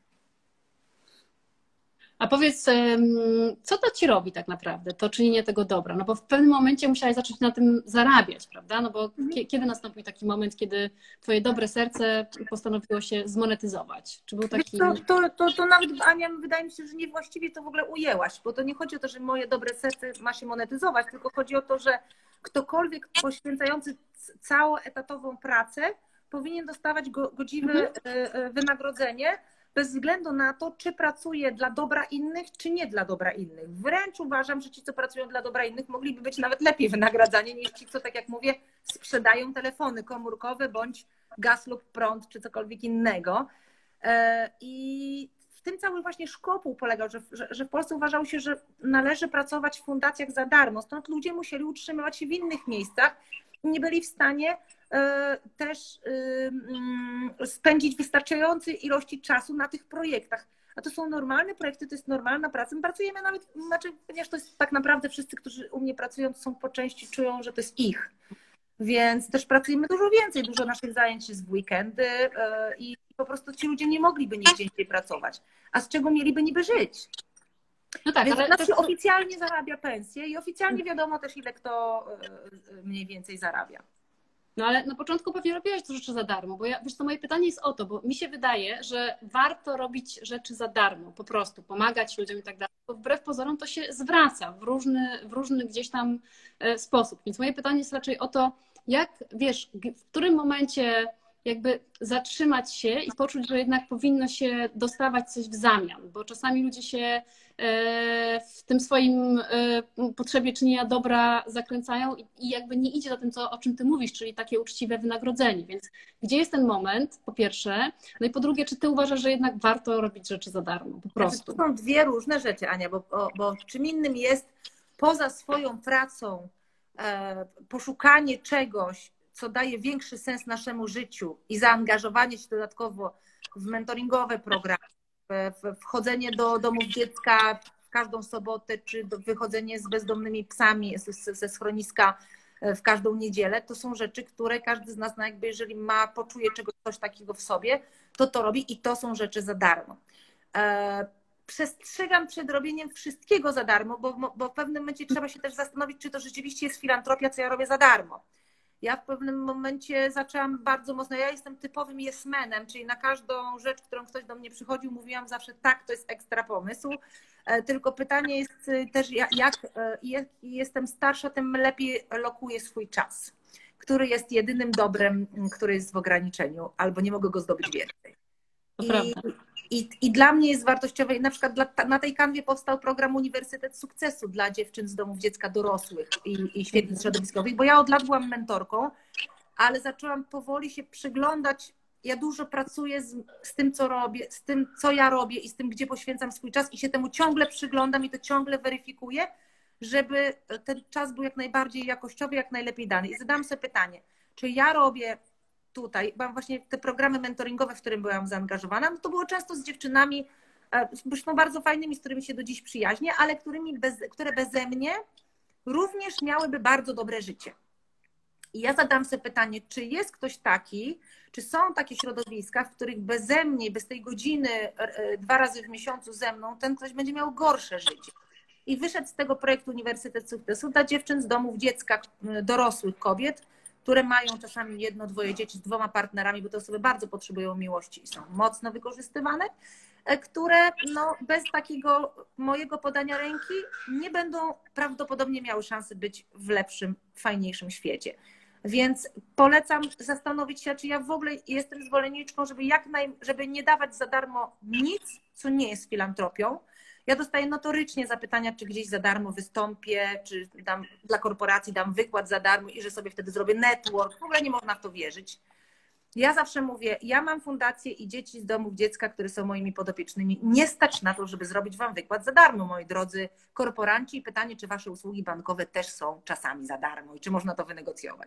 A powiedz, co to ci robi tak naprawdę, to czynienie tego dobra? No bo w pewnym momencie musiałaś zacząć na tym zarabiać, prawda? No bo mhm. kiedy nastąpił taki moment, kiedy twoje dobre serce postanowiło się zmonetyzować? Czy był taki... To, to, to, to nawet, Ania, wydaje mi się, że niewłaściwie to w ogóle ujęłaś, bo to nie chodzi o to, że moje dobre serce ma się monetyzować, tylko chodzi o to, że ktokolwiek poświęcający całoetatową pracę powinien dostawać godziwe mhm. wynagrodzenie, bez względu na to, czy pracuje dla dobra innych, czy nie dla dobra innych. Wręcz uważam, że ci, co pracują dla dobra innych, mogliby być nawet lepiej wynagradzani niż ci, co, tak jak mówię, sprzedają telefony komórkowe bądź gaz lub prąd, czy cokolwiek innego. I w tym cały właśnie szkopuł polegał, że, że, że w Polsce uważało się, że należy pracować w fundacjach za darmo. Stąd ludzie musieli utrzymywać się w innych miejscach i nie byli w stanie też spędzić wystarczającej ilości czasu na tych projektach. a to są normalne projekty, to jest normalna praca. My pracujemy nawet, znaczy, ponieważ to jest tak naprawdę wszyscy, którzy u mnie pracują, to są po części czują, że to jest ich. Więc też pracujemy dużo więcej, dużo naszych zajęć jest w weekendy i po prostu ci ludzie nie mogliby nigdzie indziej pracować. A z czego mieliby niby żyć? No tak, Więc ale ona też... się oficjalnie zarabia pensję i oficjalnie wiadomo też, ile kto mniej więcej zarabia. No ale na początku pewnie robiłaś to rzeczy za darmo, bo ja, wiesz co, moje pytanie jest o to, bo mi się wydaje, że warto robić rzeczy za darmo, po prostu pomagać ludziom i tak dalej, bo wbrew pozorom to się zwraca w różny, w różny gdzieś tam sposób. Więc moje pytanie jest raczej o to, jak, wiesz, w którym momencie jakby zatrzymać się i poczuć, że jednak powinno się dostawać coś w zamian, bo czasami ludzie się w tym swoim potrzebie czynienia dobra zakręcają i jakby nie idzie za tym, co, o czym ty mówisz, czyli takie uczciwe wynagrodzenie. Więc gdzie jest ten moment, po pierwsze, no i po drugie, czy ty uważasz, że jednak warto robić rzeczy za darmo, po prostu? Znaczy, to są dwie różne rzeczy, Ania, bo, bo, bo czym innym jest poza swoją pracą e, poszukanie czegoś, co daje większy sens naszemu życiu i zaangażowanie się dodatkowo w mentoringowe programy, w wchodzenie do domów dziecka w każdą sobotę, czy do, wychodzenie z bezdomnymi psami ze schroniska w każdą niedzielę, to są rzeczy, które każdy z nas, no jakby jeżeli ma, poczuje czegoś coś takiego w sobie, to to robi i to są rzeczy za darmo. Przestrzegam przed robieniem wszystkiego za darmo, bo, bo w pewnym momencie trzeba się też zastanowić, czy to rzeczywiście jest filantropia, co ja robię za darmo. Ja w pewnym momencie zaczęłam bardzo mocno, ja jestem typowym yes-manem, czyli na każdą rzecz, którą ktoś do mnie przychodził, mówiłam zawsze tak, to jest ekstra pomysł, tylko pytanie jest też jak, jak jestem starsza, tym lepiej lokuję swój czas, który jest jedynym dobrem, który jest w ograniczeniu, albo nie mogę go zdobyć więcej. To I, prawda. i, I dla mnie jest wartościowe, na przykład dla, na tej kanwie powstał program Uniwersytet Sukcesu dla dziewczyn z domów dziecka dorosłych i, i świetlic środowiskowych, bo ja od lat byłam mentorką, ale zaczęłam powoli się przyglądać. Ja dużo pracuję z, z tym, co robię, z tym, co ja robię i z tym, gdzie poświęcam swój czas i się temu ciągle przyglądam i to ciągle weryfikuję, żeby ten czas był jak najbardziej jakościowy, jak najlepiej dany. I zadałam sobie pytanie, czy ja robię tutaj, mam właśnie te programy mentoringowe, w którym byłam zaangażowana, no to było często z dziewczynami, zresztą bardzo fajnymi, z którymi się do dziś przyjaźnię, ale którymi bez, które beze mnie również miałyby bardzo dobre życie. I ja zadam sobie pytanie, czy jest ktoś taki, czy są takie środowiska, w których beze mnie, bez tej godziny dwa razy w miesiącu ze mną, ten ktoś będzie miał gorsze życie. I wyszedł z tego projektu Uniwersytet Sukcesu dla dziewczyn z domów dziecka, dorosłych kobiet, które mają czasami jedno, dwoje dzieci z dwoma partnerami, bo te osoby bardzo potrzebują miłości i są mocno wykorzystywane, które no, bez takiego mojego podania ręki nie będą prawdopodobnie miały szansy być w lepszym, fajniejszym świecie. Więc polecam zastanowić się, czy ja w ogóle jestem zwolenniczką, żeby, jak naj, żeby nie dawać za darmo nic, co nie jest filantropią. Ja dostaję notorycznie zapytania, czy gdzieś za darmo wystąpię, czy dam, dla korporacji dam wykład za darmo i że sobie wtedy zrobię network. W ogóle nie można w to wierzyć. Ja zawsze mówię, ja mam fundację i dzieci z domów dziecka, które są moimi podopiecznymi. Nie stać na to, żeby zrobić wam wykład za darmo, moi drodzy korporanci. I pytanie, czy wasze usługi bankowe też są czasami za darmo i czy można to wynegocjować.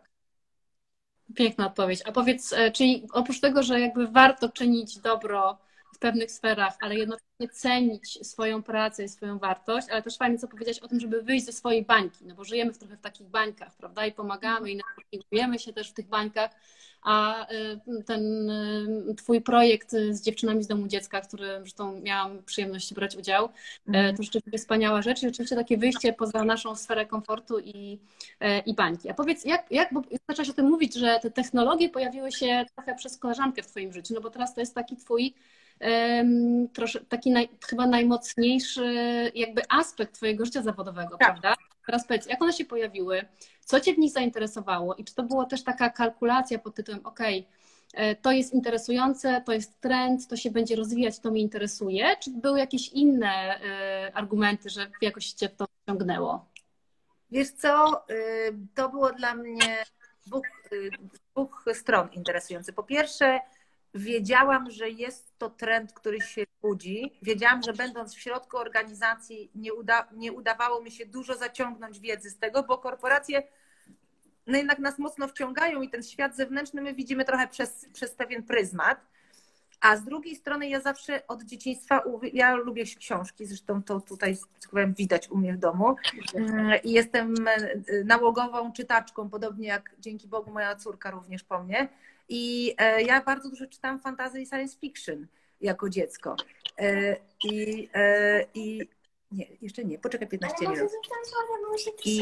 Piękna odpowiedź. A powiedz, czyli oprócz tego, że jakby warto czynić dobro w pewnych sferach, ale jednocześnie cenić swoją pracę i swoją wartość, ale też fajnie co powiedzieć o tym, żeby wyjść ze swojej bańki, no bo żyjemy w trochę w takich bańkach, prawda, i pomagamy i napiękujemy się też w tych bańkach, a ten twój projekt z dziewczynami z domu dziecka, w którym zresztą miałam przyjemność brać udział, to rzeczywiście wspaniała rzecz i rzeczywiście takie wyjście poza naszą sferę komfortu i, i bańki. A powiedz, jak, jak bo zaczęłaś o tym mówić, że te technologie pojawiły się trochę przez koleżankę w twoim życiu, no bo teraz to jest taki twój um, trosze, taki naj, chyba najmocniejszy jakby aspekt twojego życia zawodowego, tak, prawda? Teraz powiedz, jak one się pojawiły, co cię w nich zainteresowało i czy to była też taka kalkulacja pod tytułem ok, to jest interesujące, to jest trend, to się będzie rozwijać, to mnie interesuje, czy były jakieś inne argumenty, że jakoś cię to ciągnęło? Wiesz co, to było dla mnie dwóch, dwóch stron interesujące. Po pierwsze, wiedziałam, że jest to trend, który się budzi. Wiedziałam, że będąc w środku organizacji nie, uda, nie udawało mi się dużo zaciągnąć wiedzy z tego, bo korporacje no jednak nas mocno wciągają i ten świat zewnętrzny my widzimy trochę przez, przez pewien pryzmat. A z drugiej strony ja zawsze od dzieciństwa, ja lubię książki, zresztą to tutaj tak powiem, widać u mnie w domu i jestem nałogową czytaczką, podobnie jak dzięki Bogu moja córka również po mnie. I ja bardzo dużo czytałam fantasy i science fiction jako dziecko. I, i nie, jeszcze nie, poczekaj piętnaście minut. I,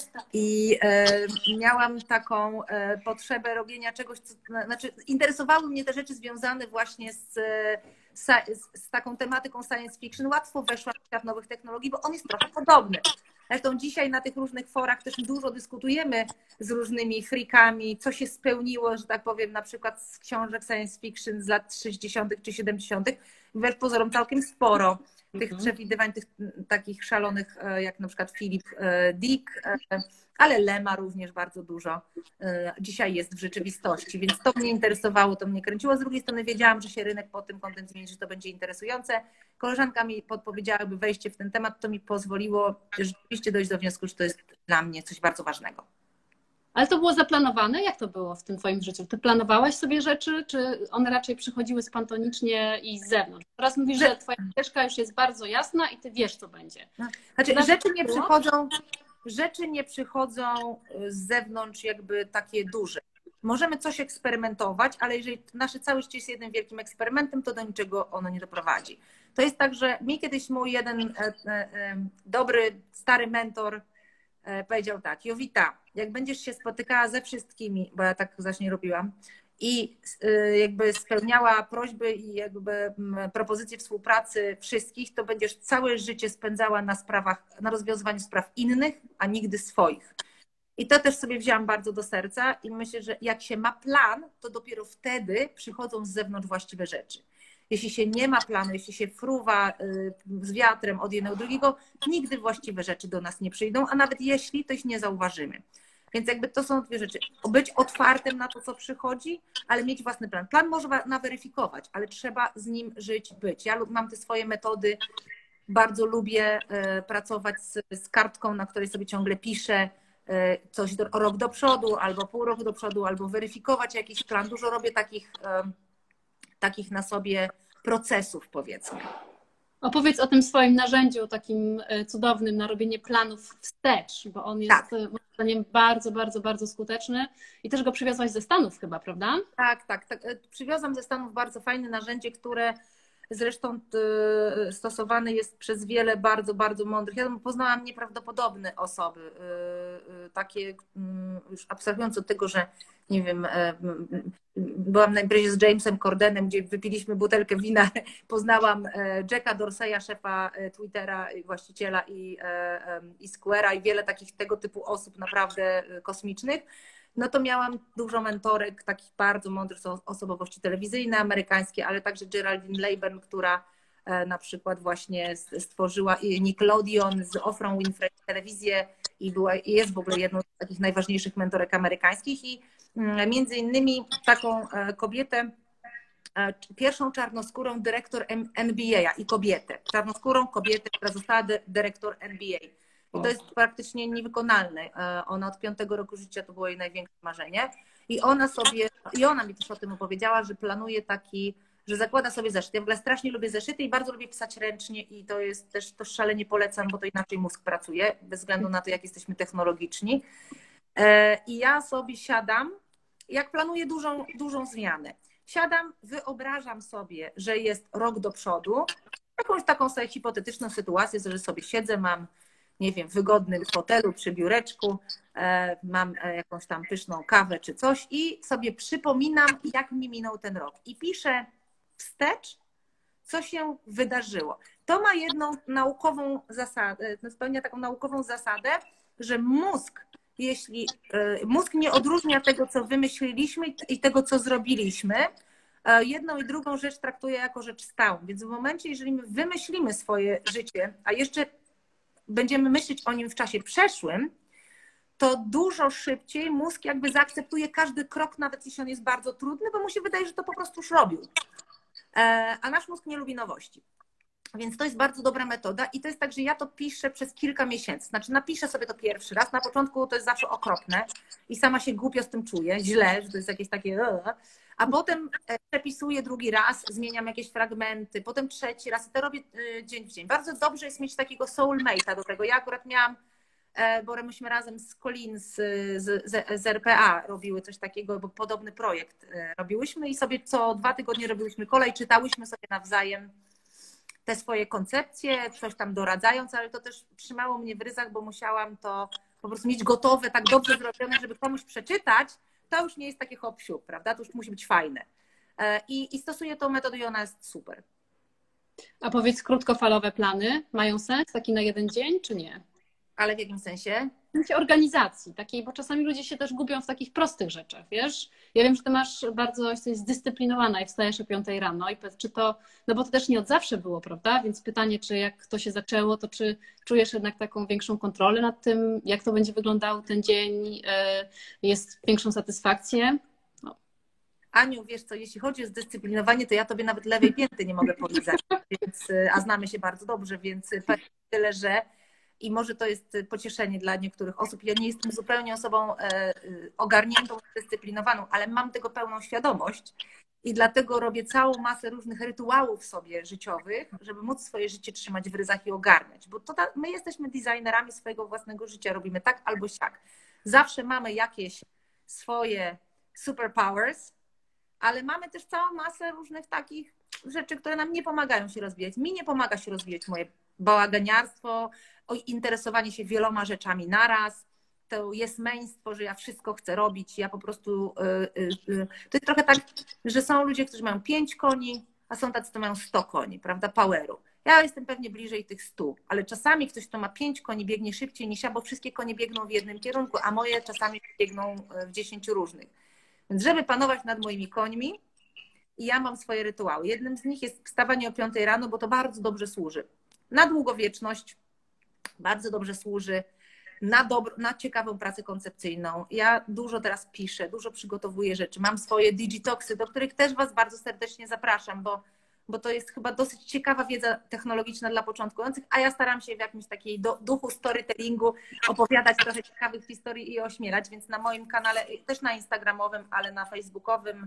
i e, miałam taką e, potrzebę robienia czegoś, co, znaczy interesowały mnie te rzeczy związane właśnie z, z, z taką tematyką science fiction. Łatwo weszłam w świat nowych technologii, bo on jest trochę podobny. Zresztą dzisiaj na tych różnych forach też dużo dyskutujemy z różnymi freakami, co się spełniło, że tak powiem, na przykład z książek science fiction z lat sześćdziesiątych czy siedemdziesiątych. Wbrew pozorom całkiem sporo tych mhm. przewidywań, tych takich szalonych, jak na przykład Philip Dick, ale Lema również bardzo dużo dzisiaj jest w rzeczywistości, więc to mnie interesowało, to mnie kręciło. Z drugiej strony wiedziałam, że się rynek pod tym kątem zmieni, że to będzie interesujące. Koleżanka mi podpowiedziała, by wejście w ten temat, to mi pozwoliło rzeczywiście dojść do wniosku, że to jest dla mnie coś bardzo ważnego. Ale to było zaplanowane? Jak to było w tym twoim życiu? Ty planowałaś sobie rzeczy, czy one raczej przychodziły spontanicznie i z zewnątrz? Teraz mówisz, że twoja ścieżka już jest bardzo jasna i ty wiesz, co będzie. Znaczy, rzeczy nie przychodzą, rzeczy nie przychodzą z zewnątrz jakby takie duże. Możemy coś eksperymentować, ale jeżeli nasze całe życie jest jednym wielkim eksperymentem, to do niczego ono nie doprowadzi. To jest tak, że mi kiedyś mój jeden dobry, stary mentor powiedział tak: Jowita, jak będziesz się spotykała ze wszystkimi, bo ja tak właśnie robiłam, i jakby spełniała prośby i jakby propozycje współpracy wszystkich, to będziesz całe życie spędzała na sprawach, na rozwiązywaniu spraw innych, a nigdy swoich. I to też sobie wzięłam bardzo do serca i myślę, że jak się ma plan, to dopiero wtedy przychodzą z zewnątrz właściwe rzeczy. Jeśli się nie ma planu, jeśli się fruwa z wiatrem od jednego do drugiego, nigdy właściwe rzeczy do nas nie przyjdą, a nawet jeśli, to ich nie zauważymy. Więc jakby to są dwie rzeczy. Być otwartym na to, co przychodzi, ale mieć własny plan. Plan można weryfikować, ale trzeba z nim żyć, być. Ja mam te swoje metody, bardzo lubię pracować z, z kartką, na której sobie ciągle piszę coś do, rok do przodu, albo pół roku do przodu, albo weryfikować jakiś plan. Dużo robię takich, takich na sobie procesów, powiedzmy. Opowiedz o tym swoim narzędziu takim cudownym na robienie planów wstecz, bo on jest tak. moim zdaniem bardzo, bardzo, bardzo skuteczny i też go przywiozłaś ze Stanów chyba, prawda? Tak, tak, tak. Przywiozłam ze Stanów bardzo fajne narzędzie, które zresztą stosowane jest przez wiele bardzo, bardzo mądrych. Ja poznałam nieprawdopodobne osoby, takie już abstrahując od tego, że nie wiem, byłam na imprezie z Jamesem Cordenem, gdzie wypiliśmy butelkę wina, poznałam Jacka Dorseya, szefa Twittera, właściciela i, i Square'a i wiele takich tego typu osób naprawdę kosmicznych. No to miałam dużo mentorek, takich bardzo mądrych osobowości telewizyjne, amerykańskie, ale także Geraldine Leiben, która na przykład właśnie stworzyła Nickelodeon z Ofrą Winfrey telewizję i była, i jest w ogóle jedną z takich najważniejszych mentorek amerykańskich i między innymi taką kobietę, pierwszą czarnoskórą dyrektor N B A i kobietę, czarnoskórą kobietę, która została dyrektor N B A. I to jest praktycznie niewykonalne. Ona od piątego roku życia to było jej największe marzenie. I ona sobie, i ona mi też o tym opowiedziała, że planuje taki, że zakłada sobie zeszyt. Ja w ogóle strasznie lubię zeszyty i bardzo lubię pisać ręcznie i to jest też, to szalenie polecam, bo to inaczej mózg pracuje, bez względu na to, jak jesteśmy technologiczni. I ja sobie siadam, jak planuję dużą, dużą zmianę. Siadam, wyobrażam sobie, że jest rok do przodu, jakąś taką sobie hipotetyczną sytuację, że sobie siedzę, mam nie wiem, w wygodnym fotelu przy biureczku, mam jakąś tam pyszną kawę czy coś i sobie przypominam, jak mi minął ten rok. I piszę wstecz, co się wydarzyło. To ma jedną naukową zasadę, spełnia taką naukową zasadę, że mózg, jeśli mózg nie odróżnia tego, co wymyśliliśmy i tego, co zrobiliśmy, jedną i drugą rzecz traktuje jako rzecz stałą. Więc w momencie, jeżeli my wymyślimy swoje życie, a jeszcze będziemy myśleć o nim w czasie przeszłym, to dużo szybciej mózg jakby zaakceptuje każdy krok, nawet jeśli on jest bardzo trudny, bo mu się wydaje, że to po prostu już robił. A nasz mózg nie lubi nowości. Więc to jest bardzo dobra metoda i to jest tak, że ja to piszę przez kilka miesięcy. Znaczy napiszę sobie to pierwszy raz, na początku to jest zawsze okropne i sama się głupio z tym czuję, źle, że to jest jakieś takie... A potem przepisuję drugi raz, zmieniam jakieś fragmenty, potem trzeci raz i to robię dzień w dzień. Bardzo dobrze jest mieć takiego soulmate'a do tego. Ja akurat miałam, bo myśmy razem z Colin z, z, z R P A robiły coś takiego, bo podobny projekt robiłyśmy i sobie co dwa tygodnie robiłyśmy kolej, czytałyśmy sobie nawzajem te swoje koncepcje, coś tam doradzając, ale to też trzymało mnie w ryzach, bo musiałam to po prostu mieć gotowe, tak dobrze zrobione, żeby komuś przeczytać, to już nie jest takie hop siup, prawda? To już musi być fajne. I, I stosuję tą metodę i ona jest super. A powiedz, krótkofalowe plany mają sens, taki na jeden dzień, czy nie? Ale w jakim sensie? W sensie organizacji takiej, bo czasami ludzie się też gubią w takich prostych rzeczach, wiesz? Ja wiem, że ty masz bardzo, jesteś zdyscyplinowana i wstajesz o piątej rano i powiedz, czy to, no bo to też nie od zawsze było, prawda? Więc pytanie, czy jak to się zaczęło, to czy czujesz jednak taką większą kontrolę nad tym, jak to będzie wyglądał ten dzień, jest większą satysfakcję? No. Aniu, wiesz co, jeśli chodzi o zdyscyplinowanie, to ja tobie nawet lewej pięty nie mogę polizać, więc, a znamy się bardzo dobrze, więc tyle, że i może to jest pocieszenie dla niektórych osób. Ja nie jestem zupełnie osobą ogarniętą, zdyscyplinowaną, ale mam tego pełną świadomość i dlatego robię całą masę różnych rytuałów sobie życiowych, żeby móc swoje życie trzymać w ryzach i ogarniać. Bo to ta, my jesteśmy designerami swojego własnego życia, robimy tak albo siak. Zawsze mamy jakieś swoje superpowers, ale mamy też całą masę różnych takich rzeczy, które nam nie pomagają się rozwijać. Mi nie pomaga się rozwijać moje bałaganiarstwo, interesowanie się wieloma rzeczami naraz, to jest męństwo, że ja wszystko chcę robić, ja po prostu, yy, yy. To jest trochę tak, że są ludzie, którzy mają pięć koni, a są tacy, co mają sto koni, prawda, poweru. Ja jestem pewnie bliżej tych stu, ale czasami ktoś, kto ma pięć koni, biegnie szybciej niż ja, bo wszystkie konie biegną w jednym kierunku, a moje czasami biegną w dziesięciu różnych. Więc żeby panować nad moimi końmi, ja mam swoje rytuały. Jednym z nich jest wstawanie o piątej rano, bo to bardzo dobrze służy na długowieczność, bardzo dobrze służy na, dobro, na ciekawą pracę koncepcyjną. Ja dużo teraz piszę, dużo przygotowuję rzeczy. Mam swoje digitoxy, do których też Was bardzo serdecznie zapraszam, bo, bo to jest chyba dosyć ciekawa wiedza technologiczna dla początkujących, a ja staram się w jakimś takiej do, duchu storytellingu opowiadać trochę ciekawych historii i ośmielać, więc na moim kanale, też na instagramowym, ale na facebookowym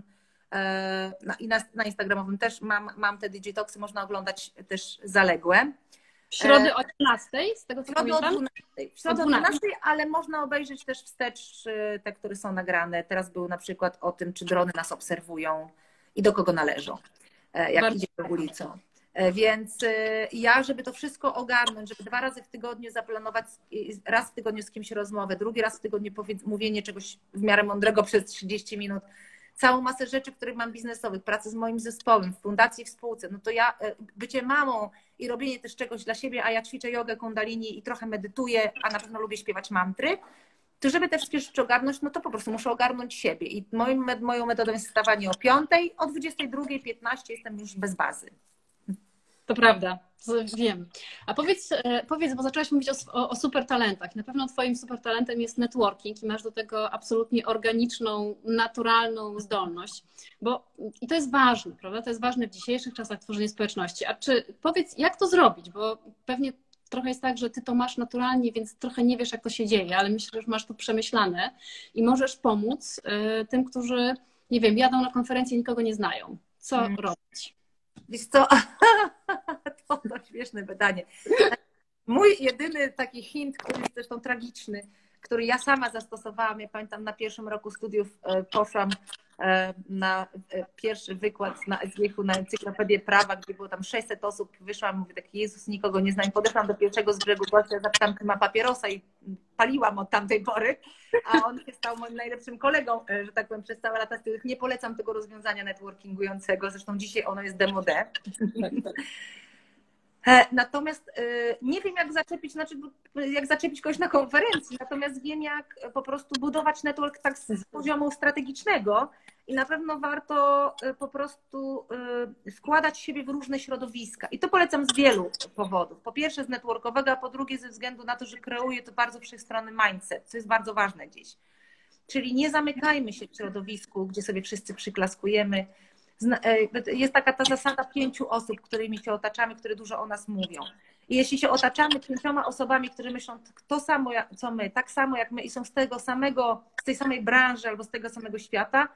i na, na instagramowym też mam, mam te digitoxy, można oglądać też zaległe. W środę o dwunastej, z tego co pamiętam? O dwunastej. W środę o dwunastej, ale można obejrzeć też wstecz te, które są nagrane. Teraz był na przykład o tym, czy drony nas obserwują i do kogo należą, jak Bardzo idziemy ulicą. Więc ja, żeby to wszystko ogarnąć, żeby dwa razy w tygodniu zaplanować, raz w tygodniu z kimś rozmowę, drugi raz w tygodniu mówienie czegoś w miarę mądrego przez trzydzieści minut, całą masę rzeczy, których mam biznesowych, pracę z moim zespołem, w fundacji, w spółce, no to ja, bycie mamą i robienie też czegoś dla siebie, a ja ćwiczę jogę, kundalini i trochę medytuję, a na pewno lubię śpiewać mantry, to żeby te wszystkie rzeczy ogarnąć, no to po prostu muszę ogarnąć siebie. I moim, moją metodą jest wstawanie o piątej, o dwudziestej drugiej piętnaście jestem już bez bazy. To prawda, wiem. A powiedz, powiedz, bo zaczęłaś mówić o, o, o super talentach. Na pewno twoim super talentem jest networking i masz do tego absolutnie organiczną, naturalną zdolność. Bo i to jest ważne, prawda? To jest ważne w dzisiejszych czasach tworzenie społeczności. A czy powiedz, jak to zrobić? Bo pewnie trochę jest tak, że ty to masz naturalnie, więc trochę nie wiesz, jak to się dzieje, ale myślę, że masz to przemyślane i możesz pomóc tym, którzy, nie wiem, jadą na konferencję, nikogo nie znają. Co hmm. robić? Wiesz co? To, to śmieszne pytanie. Mój jedyny taki hint, który jest zresztą tragiczny, który ja sama zastosowałam, ja pamiętam na pierwszym roku studiów poszłam na pierwszy wykład na S G H u na Encyklopedię Prawa, gdzie było tam sześćset osób, wyszłam, mówię tak, Jezus, nikogo nie znam, podeszłam do pierwszego z brzegu gościa, zapytam, czy ma papierosa i paliłam od tamtej pory, a on się stał moim najlepszym kolegą, że tak powiem, przez całe lata studiów. Nie polecam tego rozwiązania networkingującego, zresztą dzisiaj ono jest demode. Natomiast nie wiem, jak zaczepić, znaczy, jak zaczepić kogoś na konferencji, natomiast wiem, jak po prostu budować network tak z poziomu strategicznego i na pewno warto po prostu wkładać siebie w różne środowiska. I to polecam z wielu powodów. Po pierwsze z networkowego, a po drugie ze względu na to, że kreuje to bardzo wszechstronny mindset, co jest bardzo ważne dziś. Czyli nie zamykajmy się w środowisku, gdzie sobie wszyscy przyklaskujemy. Jest taka ta zasada pięciu osób, którymi się otaczamy, które dużo o nas mówią. I jeśli się otaczamy pięcioma osobami, które myślą to samo jak, co my, tak samo jak my i są z tego samego, z tej samej branży albo z tego samego świata,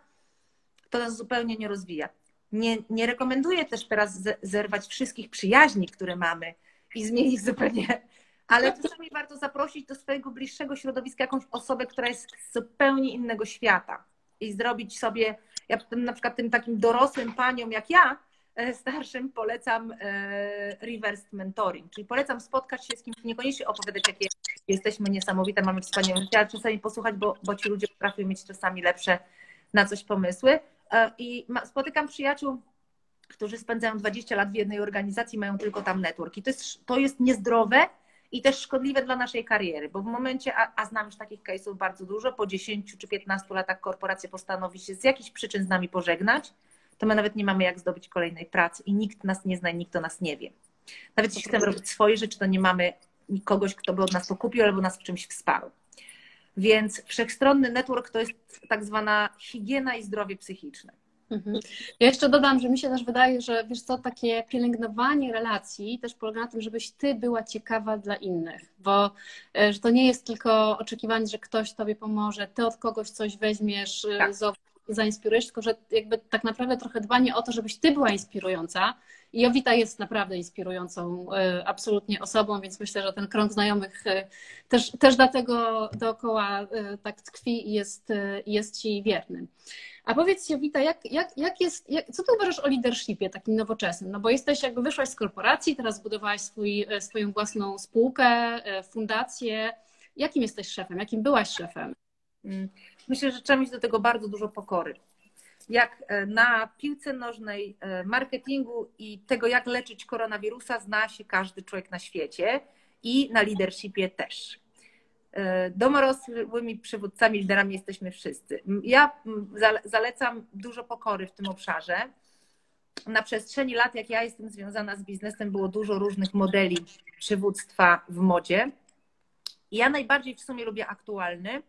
to nas zupełnie nie rozwija. Nie, nie rekomenduję też teraz zerwać wszystkich przyjaźni, które mamy i zmienić zupełnie, ale czasami warto zaprosić do swojego bliższego środowiska jakąś osobę, która jest z zupełnie innego świata i zrobić sobie, ja na przykład tym takim dorosłym paniom jak ja, starszym polecam reverse mentoring, czyli polecam spotkać się z kimś, niekoniecznie opowiadać, jakie jesteśmy niesamowite, mamy wspaniałe życie, ale czasami posłuchać, bo, bo ci ludzie potrafią mieć czasami lepsze na coś pomysły. I spotykam przyjaciół, którzy spędzają dwadzieścia lat w jednej organizacji, mają tylko tam network. I to jest, to jest niezdrowe i też szkodliwe dla naszej kariery, bo w momencie, a, a znam już takich case'ów bardzo dużo, po dziesięciu czy piętnastu latach korporacja postanowi się z jakichś przyczyn z nami pożegnać, to my nawet nie mamy jak zdobyć kolejnej pracy i nikt nas nie zna i nikt o nas nie wie. Nawet jeśli chcemy robić swoje rzeczy, to nie mamy kogoś, kto by od nas to kupił albo nas w czymś wsparł. Więc wszechstronny network to jest tak zwana higiena i zdrowie psychiczne. Mhm. Ja jeszcze dodam, że mi się też wydaje, że wiesz co, takie pielęgnowanie relacji też polega na tym, żebyś ty była ciekawa dla innych, bo że to nie jest tylko oczekiwanie, że ktoś tobie pomoże, ty od kogoś coś weźmiesz, tak. zainspirujesz, tylko że jakby tak naprawdę trochę dbanie o to, żebyś ty była inspirująca. I Jowita jest naprawdę inspirującą absolutnie osobą, więc myślę, że ten krąg znajomych też, też dlatego dookoła tak tkwi i jest, jest ci wierny. A powiedz, Jowita, jak, jak, jak jest, jak, co ty uważasz o leadershipie takim nowoczesnym? No bo jesteś, jakby wyszłaś z korporacji, teraz zbudowałaś swój, swoją własną spółkę, fundację. Jakim jesteś szefem? Jakim byłaś szefem? Myślę, że trzeba mieć do tego bardzo dużo pokory. Jak na piłce nożnej, marketingu i tego, jak leczyć koronawirusa, zna się każdy człowiek na świecie i na leadershipie też. Domorosłymi przywódcami, liderami jesteśmy wszyscy. Ja zalecam dużo pokory w tym obszarze. Na przestrzeni lat, jak ja jestem związana z biznesem, było dużo różnych modeli przywództwa w modzie. Ja najbardziej w sumie lubię aktualny,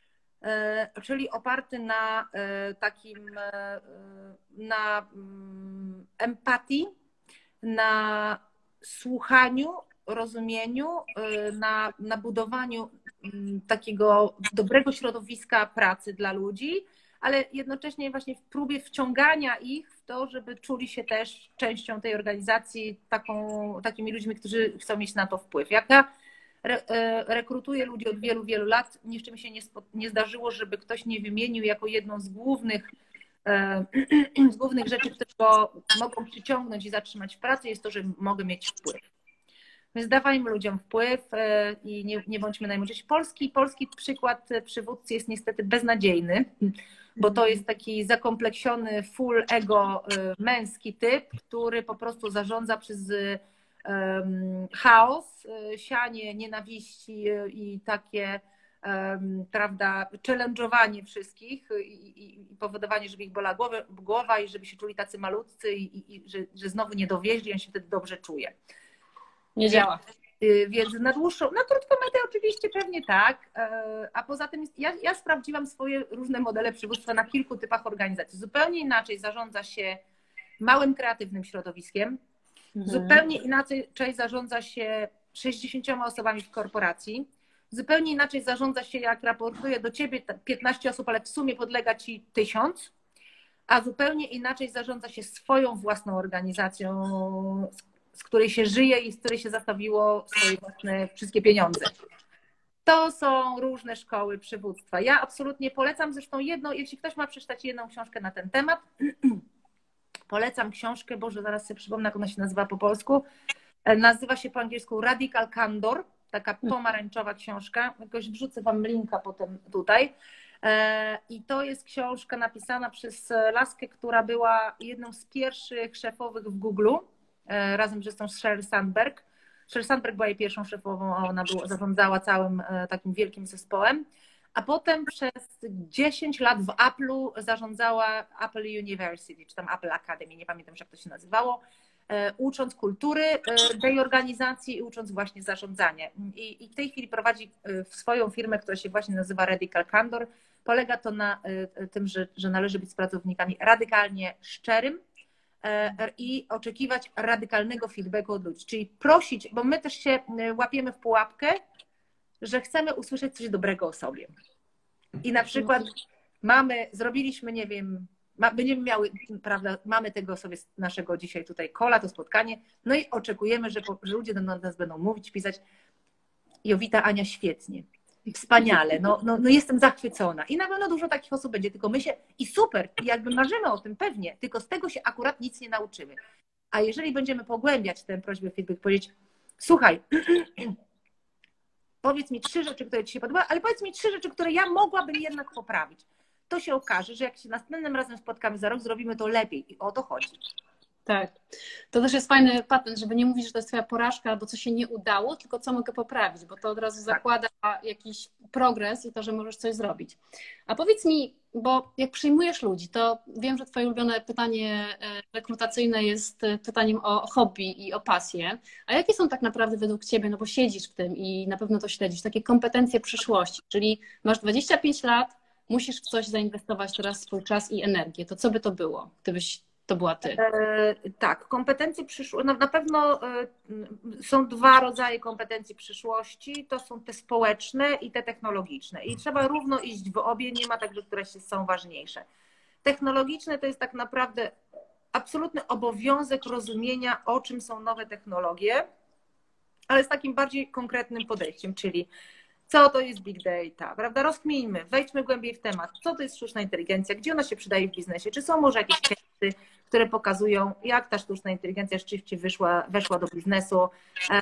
czyli oparty na takim, na empatii, na słuchaniu, rozumieniu, na, na budowaniu takiego dobrego środowiska pracy dla ludzi, ale jednocześnie właśnie w próbie wciągania ich w to, żeby czuli się też częścią tej organizacji, taką, takimi ludźmi, którzy chcą mieć na to wpływ. Jak ja rekrutuję ludzi od wielu, wielu lat, jeszcze mi się nie, nie zdarzyło, żeby ktoś nie wymienił jako jedną z głównych, z głównych rzeczy, które go mogą przyciągnąć i zatrzymać w pracy, jest to, że mogę mieć wpływ. Więc dawajmy ludziom wpływ i nie, nie bądźmy najmniejsi. Polski, polski przykład przywódcy jest niestety beznadziejny, bo to jest taki zakompleksiony, full ego męski typ, który po prostu zarządza przez chaos, sianie nienawiści i takie, prawda, challenge'owanie wszystkich i, i, i powodowanie, żeby ich bolała głowa, głowa i żeby się czuli tacy malutcy i, i, i że, że znowu nie dowieźli, on się wtedy dobrze czuje. Nie działa. Więc na dłuższą, na krótką metę oczywiście pewnie tak, a poza tym jest, ja, ja sprawdziłam swoje różne modele przywództwa na kilku typach organizacji. Zupełnie inaczej zarządza się małym, kreatywnym środowiskiem, mhm. zupełnie inaczej zarządza się sześćdziesięcioma osobami w korporacji, zupełnie inaczej zarządza się, jak raportuje do ciebie piętnaście osób, ale w sumie podlega ci tysiąc, a zupełnie inaczej zarządza się swoją własną organizacją, z której się żyje i z której się zastawiło swoje własne wszystkie pieniądze. To są różne szkoły przywództwa. Ja absolutnie polecam zresztą jedną, jeśli ktoś ma przeczytać jedną książkę na ten temat, polecam książkę, Boże, zaraz sobie przypomnę, jak ona się nazywa po polsku. Nazywa się po angielsku Radical Candor, taka pomarańczowa książka. Jakoś wrzucę wam linka potem tutaj. I to jest książka napisana przez laskę, która była jedną z pierwszych szefowych w Google, razem zresztą z Sheryl Sandberg. Sheryl Sandberg była jej pierwszą szefową, a ona była, zarządzała całym takim wielkim zespołem. A potem przez dziesięć lat w Apple'u zarządzała Apple University, czy tam Apple Academy, nie pamiętam już jak to się nazywało, ucząc kultury tej organizacji i ucząc właśnie zarządzania. I, I w tej chwili prowadzi swoją firmę, która się właśnie nazywa Radical Candor. Polega to na tym, że, że należy być z pracownikami radykalnie szczerym, i oczekiwać radykalnego feedbacku od ludzi. Czyli prosić, bo my też się łapiemy w pułapkę, że chcemy usłyszeć coś dobrego o sobie. I na przykład mamy, zrobiliśmy, nie wiem, ma, będziemy miały, prawda, mamy tego sobie z naszego dzisiaj tutaj kola, to spotkanie, no i oczekujemy, że, że ludzie do nas będą mówić, pisać: Jowita, Ania, świetnie, wspaniale, no, no, no jestem zachwycona. I na pewno dużo takich osób będzie, tylko my się, i super, jakby marzymy o tym pewnie, tylko z tego się akurat nic nie nauczymy. A jeżeli będziemy pogłębiać tę prośbę, feedback, powiedzieć: słuchaj, powiedz mi trzy rzeczy, które ci się podobały, ale powiedz mi trzy rzeczy, które ja mogłabym jednak poprawić. To się okaże, że jak się następnym razem spotkamy za rok, zrobimy to lepiej. I o to chodzi. Tak. To też jest fajny patent, żeby nie mówić, że to jest twoja porażka albo co się nie udało, tylko co mogę poprawić, bo to od razu zakłada jakiś progres i to, że możesz coś zrobić. A powiedz mi, bo jak przyjmujesz ludzi, to wiem, że twoje ulubione pytanie rekrutacyjne jest pytaniem o hobby i o pasję. A jakie są tak naprawdę według ciebie, no bo siedzisz w tym i na pewno to śledzisz, takie kompetencje przyszłości, czyli masz dwadzieścia pięć lat, musisz w coś zainwestować teraz swój czas i energię. To co by to było, gdybyś to była ty? E, tak, kompetencje przyszłości. No, na pewno e, są dwa rodzaje kompetencji przyszłości. To są te społeczne i te technologiczne. I trzeba równo iść w obie, nie ma tak, że któreś są ważniejsze. Technologiczne to jest tak naprawdę absolutny obowiązek rozumienia, o czym są nowe technologie, ale z takim bardziej konkretnym podejściem, czyli co to jest big data, prawda? Rozkminijmy, wejdźmy głębiej w temat. Co to jest sztuczna inteligencja? Gdzie ona się przydaje w biznesie? Czy są może jakieś testy, które pokazują, jak ta sztuczna inteligencja rzeczywiście wyszła, weszła do biznesu?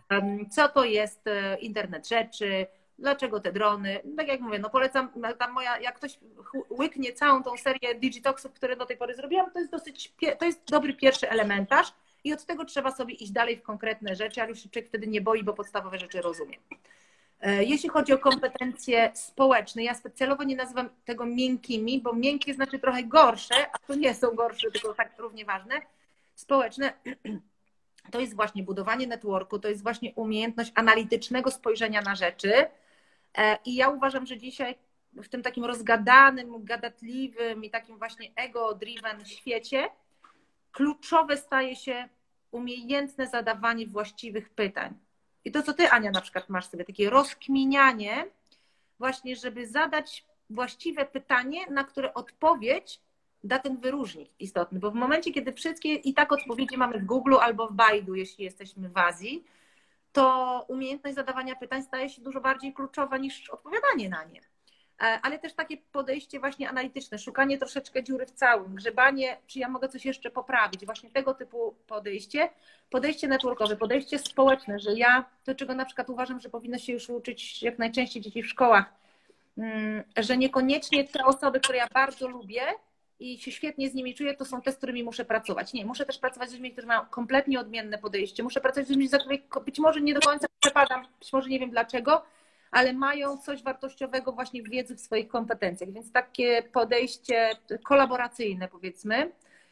Co to jest internet rzeczy? Dlaczego te drony? Tak jak mówię, no polecam, tam moja, jak ktoś łyknie całą tą serię Digitoxów, które do tej pory zrobiłam, to jest dosyć, to jest dobry pierwszy elementarz i od tego trzeba sobie iść dalej w konkretne rzeczy, ale już się człowiek wtedy nie boi, bo podstawowe rzeczy rozumie. Jeśli chodzi o kompetencje społeczne, ja specjalowo nie nazywam tego miękkimi, bo miękkie znaczy trochę gorsze, a to nie są gorsze, tylko tak równie ważne. Społeczne to jest właśnie budowanie networku, to jest właśnie umiejętność analitycznego spojrzenia na rzeczy. I ja uważam, że dzisiaj w tym takim rozgadanym, gadatliwym i takim właśnie ego-driven świecie kluczowe staje się umiejętne zadawanie właściwych pytań. I to, co ty, Ania, na przykład masz sobie, takie rozkminianie, właśnie, żeby zadać właściwe pytanie, na które odpowiedź da ten wyróżnik istotny. Bo w momencie, kiedy wszystkie i tak odpowiedzi mamy w Google albo w Baidu, jeśli jesteśmy w Azji, to umiejętność zadawania pytań staje się dużo bardziej kluczowa niż odpowiadanie na nie. Ale też takie podejście właśnie analityczne, szukanie troszeczkę dziury w całym, grzebanie, czy ja mogę coś jeszcze poprawić, właśnie tego typu podejście, podejście networkowe, podejście społeczne, że ja, to czego na przykład uważam, że powinno się już uczyć jak najczęściej dzieci w szkołach, że niekoniecznie te osoby, które ja bardzo lubię i się świetnie z nimi czuję, to są te, z którymi muszę pracować. Nie, muszę też pracować z ludźmi, którzy mają kompletnie odmienne podejście, muszę pracować z ludźmi, za których być może nie do końca przepadam, być może nie wiem dlaczego, ale mają coś wartościowego właśnie w wiedzy, w swoich kompetencjach. Więc takie podejście kolaboracyjne, powiedzmy,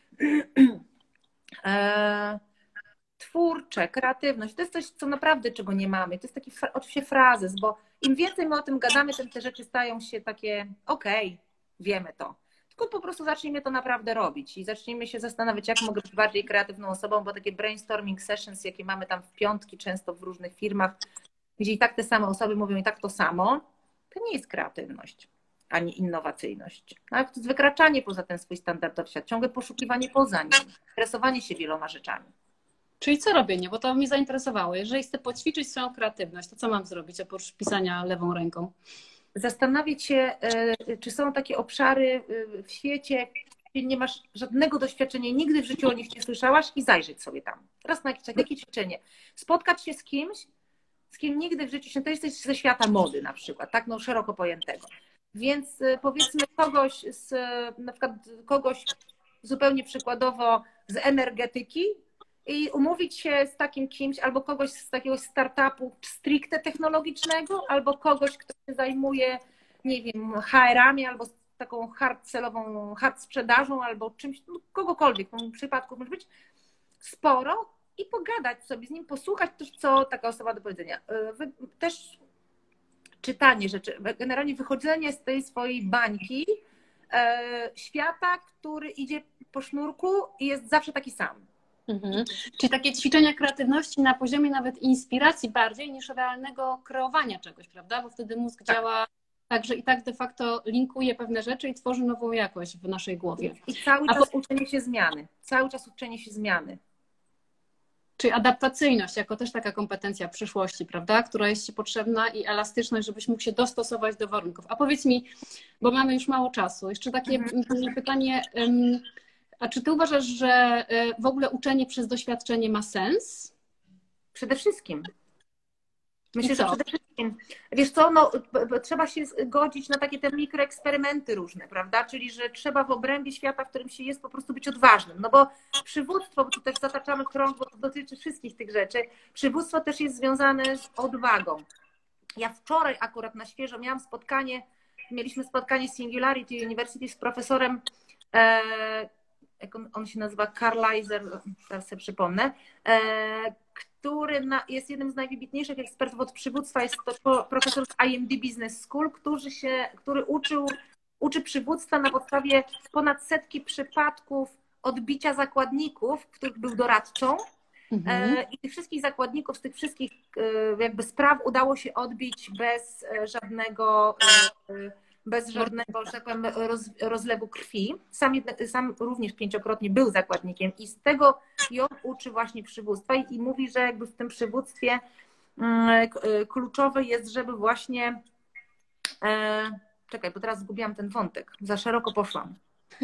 twórcze, kreatywność, to jest coś, co naprawdę czego nie mamy. To jest taki oczywiście frazes, bo im więcej my o tym gadamy, tym te rzeczy stają się takie okej, okay, wiemy to. Tylko po prostu zacznijmy to naprawdę robić i zacznijmy się zastanawiać, jak mogę być bardziej kreatywną osobą, bo takie brainstorming sessions, jakie mamy tam w piątki często w różnych firmach, gdzie i tak te same osoby mówią i tak to samo, to nie jest kreatywność, ani innowacyjność. Ale to jest wykraczanie poza ten swój standardowy świat, ciągłe poszukiwanie poza nim, interesowanie się wieloma rzeczami. Czyli co robienie? Bo to mnie zainteresowało. Jeżeli chcę poćwiczyć swoją kreatywność, to co mam zrobić oprócz pisania lewą ręką? Zastanawiać się, czy są takie obszary w świecie, gdzie nie masz żadnego doświadczenia, nigdy w życiu o nich nie słyszałaś i zajrzeć sobie tam. Raz na jakiś czas, takie ćwiczenie. Spotkać się z kimś, z kim nigdy w życiu się, to jesteś ze świata mody na przykład, tak, no szeroko pojętego. Więc powiedzmy kogoś z, na przykład kogoś zupełnie przykładowo z energetyki i umówić się z takim kimś albo kogoś z takiego startupu stricte technologicznego, albo kogoś, kto się zajmuje, nie wiem, H R-ami albo z taką hard sellową, hard sprzedażą albo czymś, no, kogokolwiek, w tym przypadku może być sporo, i pogadać sobie z nim, posłuchać też, co taka osoba do powiedzenia. Też czytanie rzeczy, generalnie wychodzenie z tej swojej bańki świata, który idzie po sznurku i jest zawsze taki sam. Mhm. Czyli takie ćwiczenia kreatywności na poziomie nawet inspiracji bardziej niż realnego kreowania czegoś, prawda? Bo wtedy mózg Tak. działa tak, że i tak de facto linkuje pewne rzeczy i tworzy nową jakość w naszej głowie. I cały A czas po... uczenie się zmiany. Cały czas uczenie się zmiany. Czyli adaptacyjność jako też taka kompetencja przyszłości, prawda? Która jest Ci potrzebna i elastyczność, żebyś mógł się dostosować do warunków. A powiedz mi, bo mamy już mało czasu, jeszcze takie mhm. pytanie, a czy Ty uważasz, że w ogóle uczenie przez doświadczenie ma sens? Przede wszystkim. Myślę, że przede wszystkim, wiesz co, no, trzeba się zgodzić na takie te mikroeksperymenty różne, prawda? Czyli, że trzeba w obrębie świata, w którym się jest, po prostu być odważnym. No bo przywództwo, bo tu też zataczamy krąg, bo to dotyczy wszystkich tych rzeczy, przywództwo też jest związane z odwagą. Ja wczoraj akurat na świeżo miałam spotkanie, mieliśmy spotkanie z Singularity University z profesorem, e, jak on, on się nazywa, Karlajzer, teraz sobie przypomnę, e, który jest jednym z najwybitniejszych ekspertów od przywództwa. Jest to profesor z I M D Business School, który, się, który uczył, uczy przywództwa na podstawie ponad setki przypadków odbicia zakładników, w których był doradcą. Mhm. I tych wszystkich zakładników z tych wszystkich jakby spraw udało się odbić bez żadnego, bez żadnego, że tak powiem, roz, rozlewu krwi. Sam, sam również pięciokrotnie był zakładnikiem i z tego i on uczy właśnie przywództwa i, i mówi, że jakby w tym przywództwie kluczowe jest, żeby właśnie e, czekaj, bo teraz zgubiłam ten wątek, za szeroko poszłam.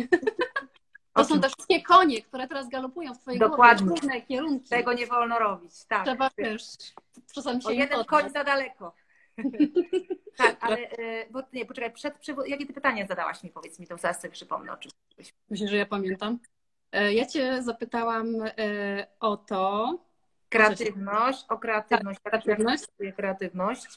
To są te wszystkie konie, które teraz galopują w twojej Dokładnie. głowie, różne kierunki. Tego nie wolno robić, tak. Trzeba, wiesz, czasami się o jeden koń za daleko. Tak, ale bo nie, poczekaj, przed, jakie ty pytania zadałaś mi, powiedz mi, to zaraz sobie przypomnę, o czym mówiłeś. Myślę, że ja pamiętam. Ja cię zapytałam o to... Kreatywność, o kreatywność. Tak, kreatywność. kreatywność.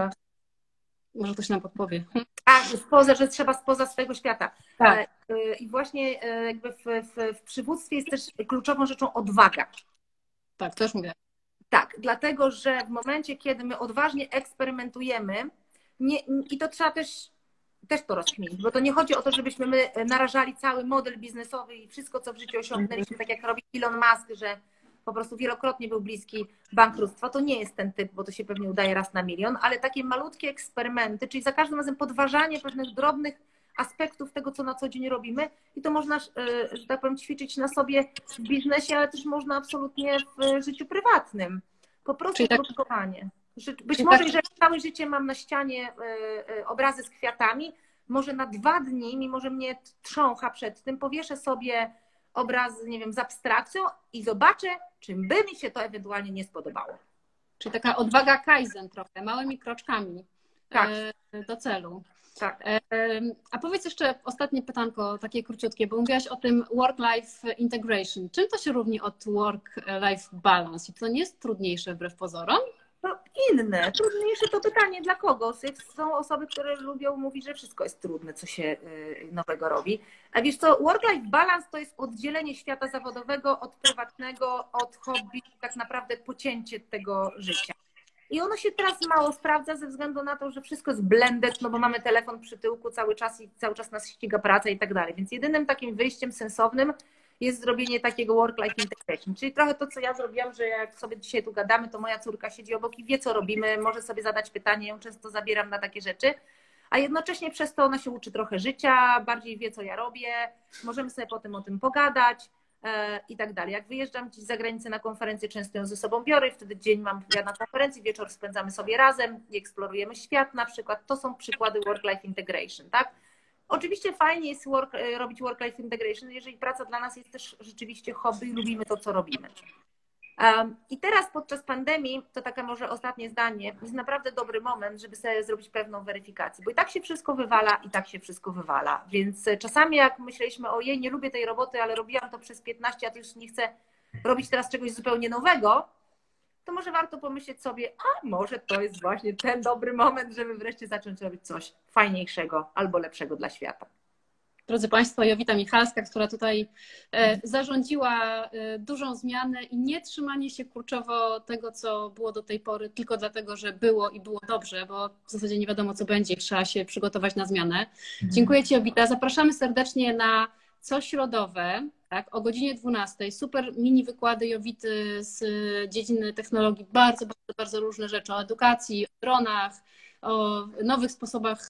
Może ktoś nam podpowie. A, spoza, że trzeba spoza swojego świata. Tak. I właśnie jakby w, w, w przywództwie jest też kluczową rzeczą odwaga. Tak, też mówię. Tak, dlatego, że w momencie, kiedy my odważnie eksperymentujemy, nie, i to trzeba też, też to rozkminić, bo to nie chodzi o to, żebyśmy my narażali cały model biznesowy i wszystko, co w życiu osiągnęliśmy, tak jak robi Elon Musk, że po prostu wielokrotnie był bliski bankructwa. To nie jest ten typ, bo to się pewnie udaje raz na milion, ale takie malutkie eksperymenty, czyli za każdym razem podważanie pewnych drobnych aspektów tego, co na co dzień robimy i to można, że tak powiem, ćwiczyć na sobie w biznesie, ale też można absolutnie w życiu prywatnym. Po prostu próbowanie. Tak... Być może, tak... jeżeli całe życie mam na ścianie obrazy z kwiatami, może na dwa dni, mimo że mnie trzącha przed tym, powieszę sobie obraz, nie wiem, z abstrakcją i zobaczę, czym by mi się to ewentualnie nie spodobało. Czyli taka odwaga Kaizen trochę, małymi kroczkami tak. do celu. Tak. A powiedz jeszcze ostatnie pytanko, takie króciutkie, bo mówiłaś o tym work-life integration. Czym to się różni od work-life balance? I to nie jest trudniejsze wbrew pozorom? No inne. Trudniejsze to pytanie dla kogo? Są osoby, które lubią mówić, że wszystko jest trudne, co się nowego robi. A wiesz co, work-life balance to jest oddzielenie świata zawodowego od prywatnego, od hobby, tak naprawdę pocięcie tego życia. I ono się teraz mało sprawdza ze względu na to, że wszystko jest blended, no bo mamy telefon przy tyłku cały czas i cały czas nas ściga praca i tak dalej. Więc jedynym takim wyjściem sensownym jest zrobienie takiego work-life integration. Czyli trochę to, co ja zrobiłam, że jak sobie dzisiaj tu gadamy, to moja córka siedzi obok i wie, co robimy, może sobie zadać pytanie, ją często zabieram na takie rzeczy, a jednocześnie przez to ona się uczy trochę życia, bardziej wie, co ja robię, możemy sobie potem o tym pogadać i tak dalej. Jak wyjeżdżam gdzieś za granicę na konferencję, często ją ze sobą biorę, wtedy dzień mam ja na konferencji, wieczór spędzamy sobie razem i eksplorujemy świat na przykład. To są przykłady work-life integration, tak? Oczywiście fajnie jest work, robić work-life integration, jeżeli praca dla nas jest też rzeczywiście hobby i lubimy to, co robimy. Um, I teraz podczas pandemii, to takie może ostatnie zdanie, jest naprawdę dobry moment, żeby sobie zrobić pewną weryfikację, bo i tak się wszystko wywala, i tak się wszystko wywala. Więc czasami jak myśleliśmy, ojej, nie lubię tej roboty, ale robiłam to przez piętnaście, a to już nie chcę robić teraz czegoś zupełnie nowego, to może warto pomyśleć sobie, a może to jest właśnie ten dobry moment, żeby wreszcie zacząć robić coś fajniejszego albo lepszego dla świata. Drodzy Państwo, Jowita Michalska, która tutaj zarządziła dużą zmianę i nie trzymanie się kurczowo tego, co było do tej pory, tylko dlatego, że było i było dobrze, bo w zasadzie nie wiadomo, co będzie, trzeba się przygotować na zmianę. Dziękuję Ci, Jowita. Zapraszamy serdecznie na cośrodowe tak, o godzinie dwunastej. Super mini wykłady Jowity z dziedziny technologii, bardzo, bardzo, bardzo różne rzeczy o edukacji, o dronach, o nowych sposobach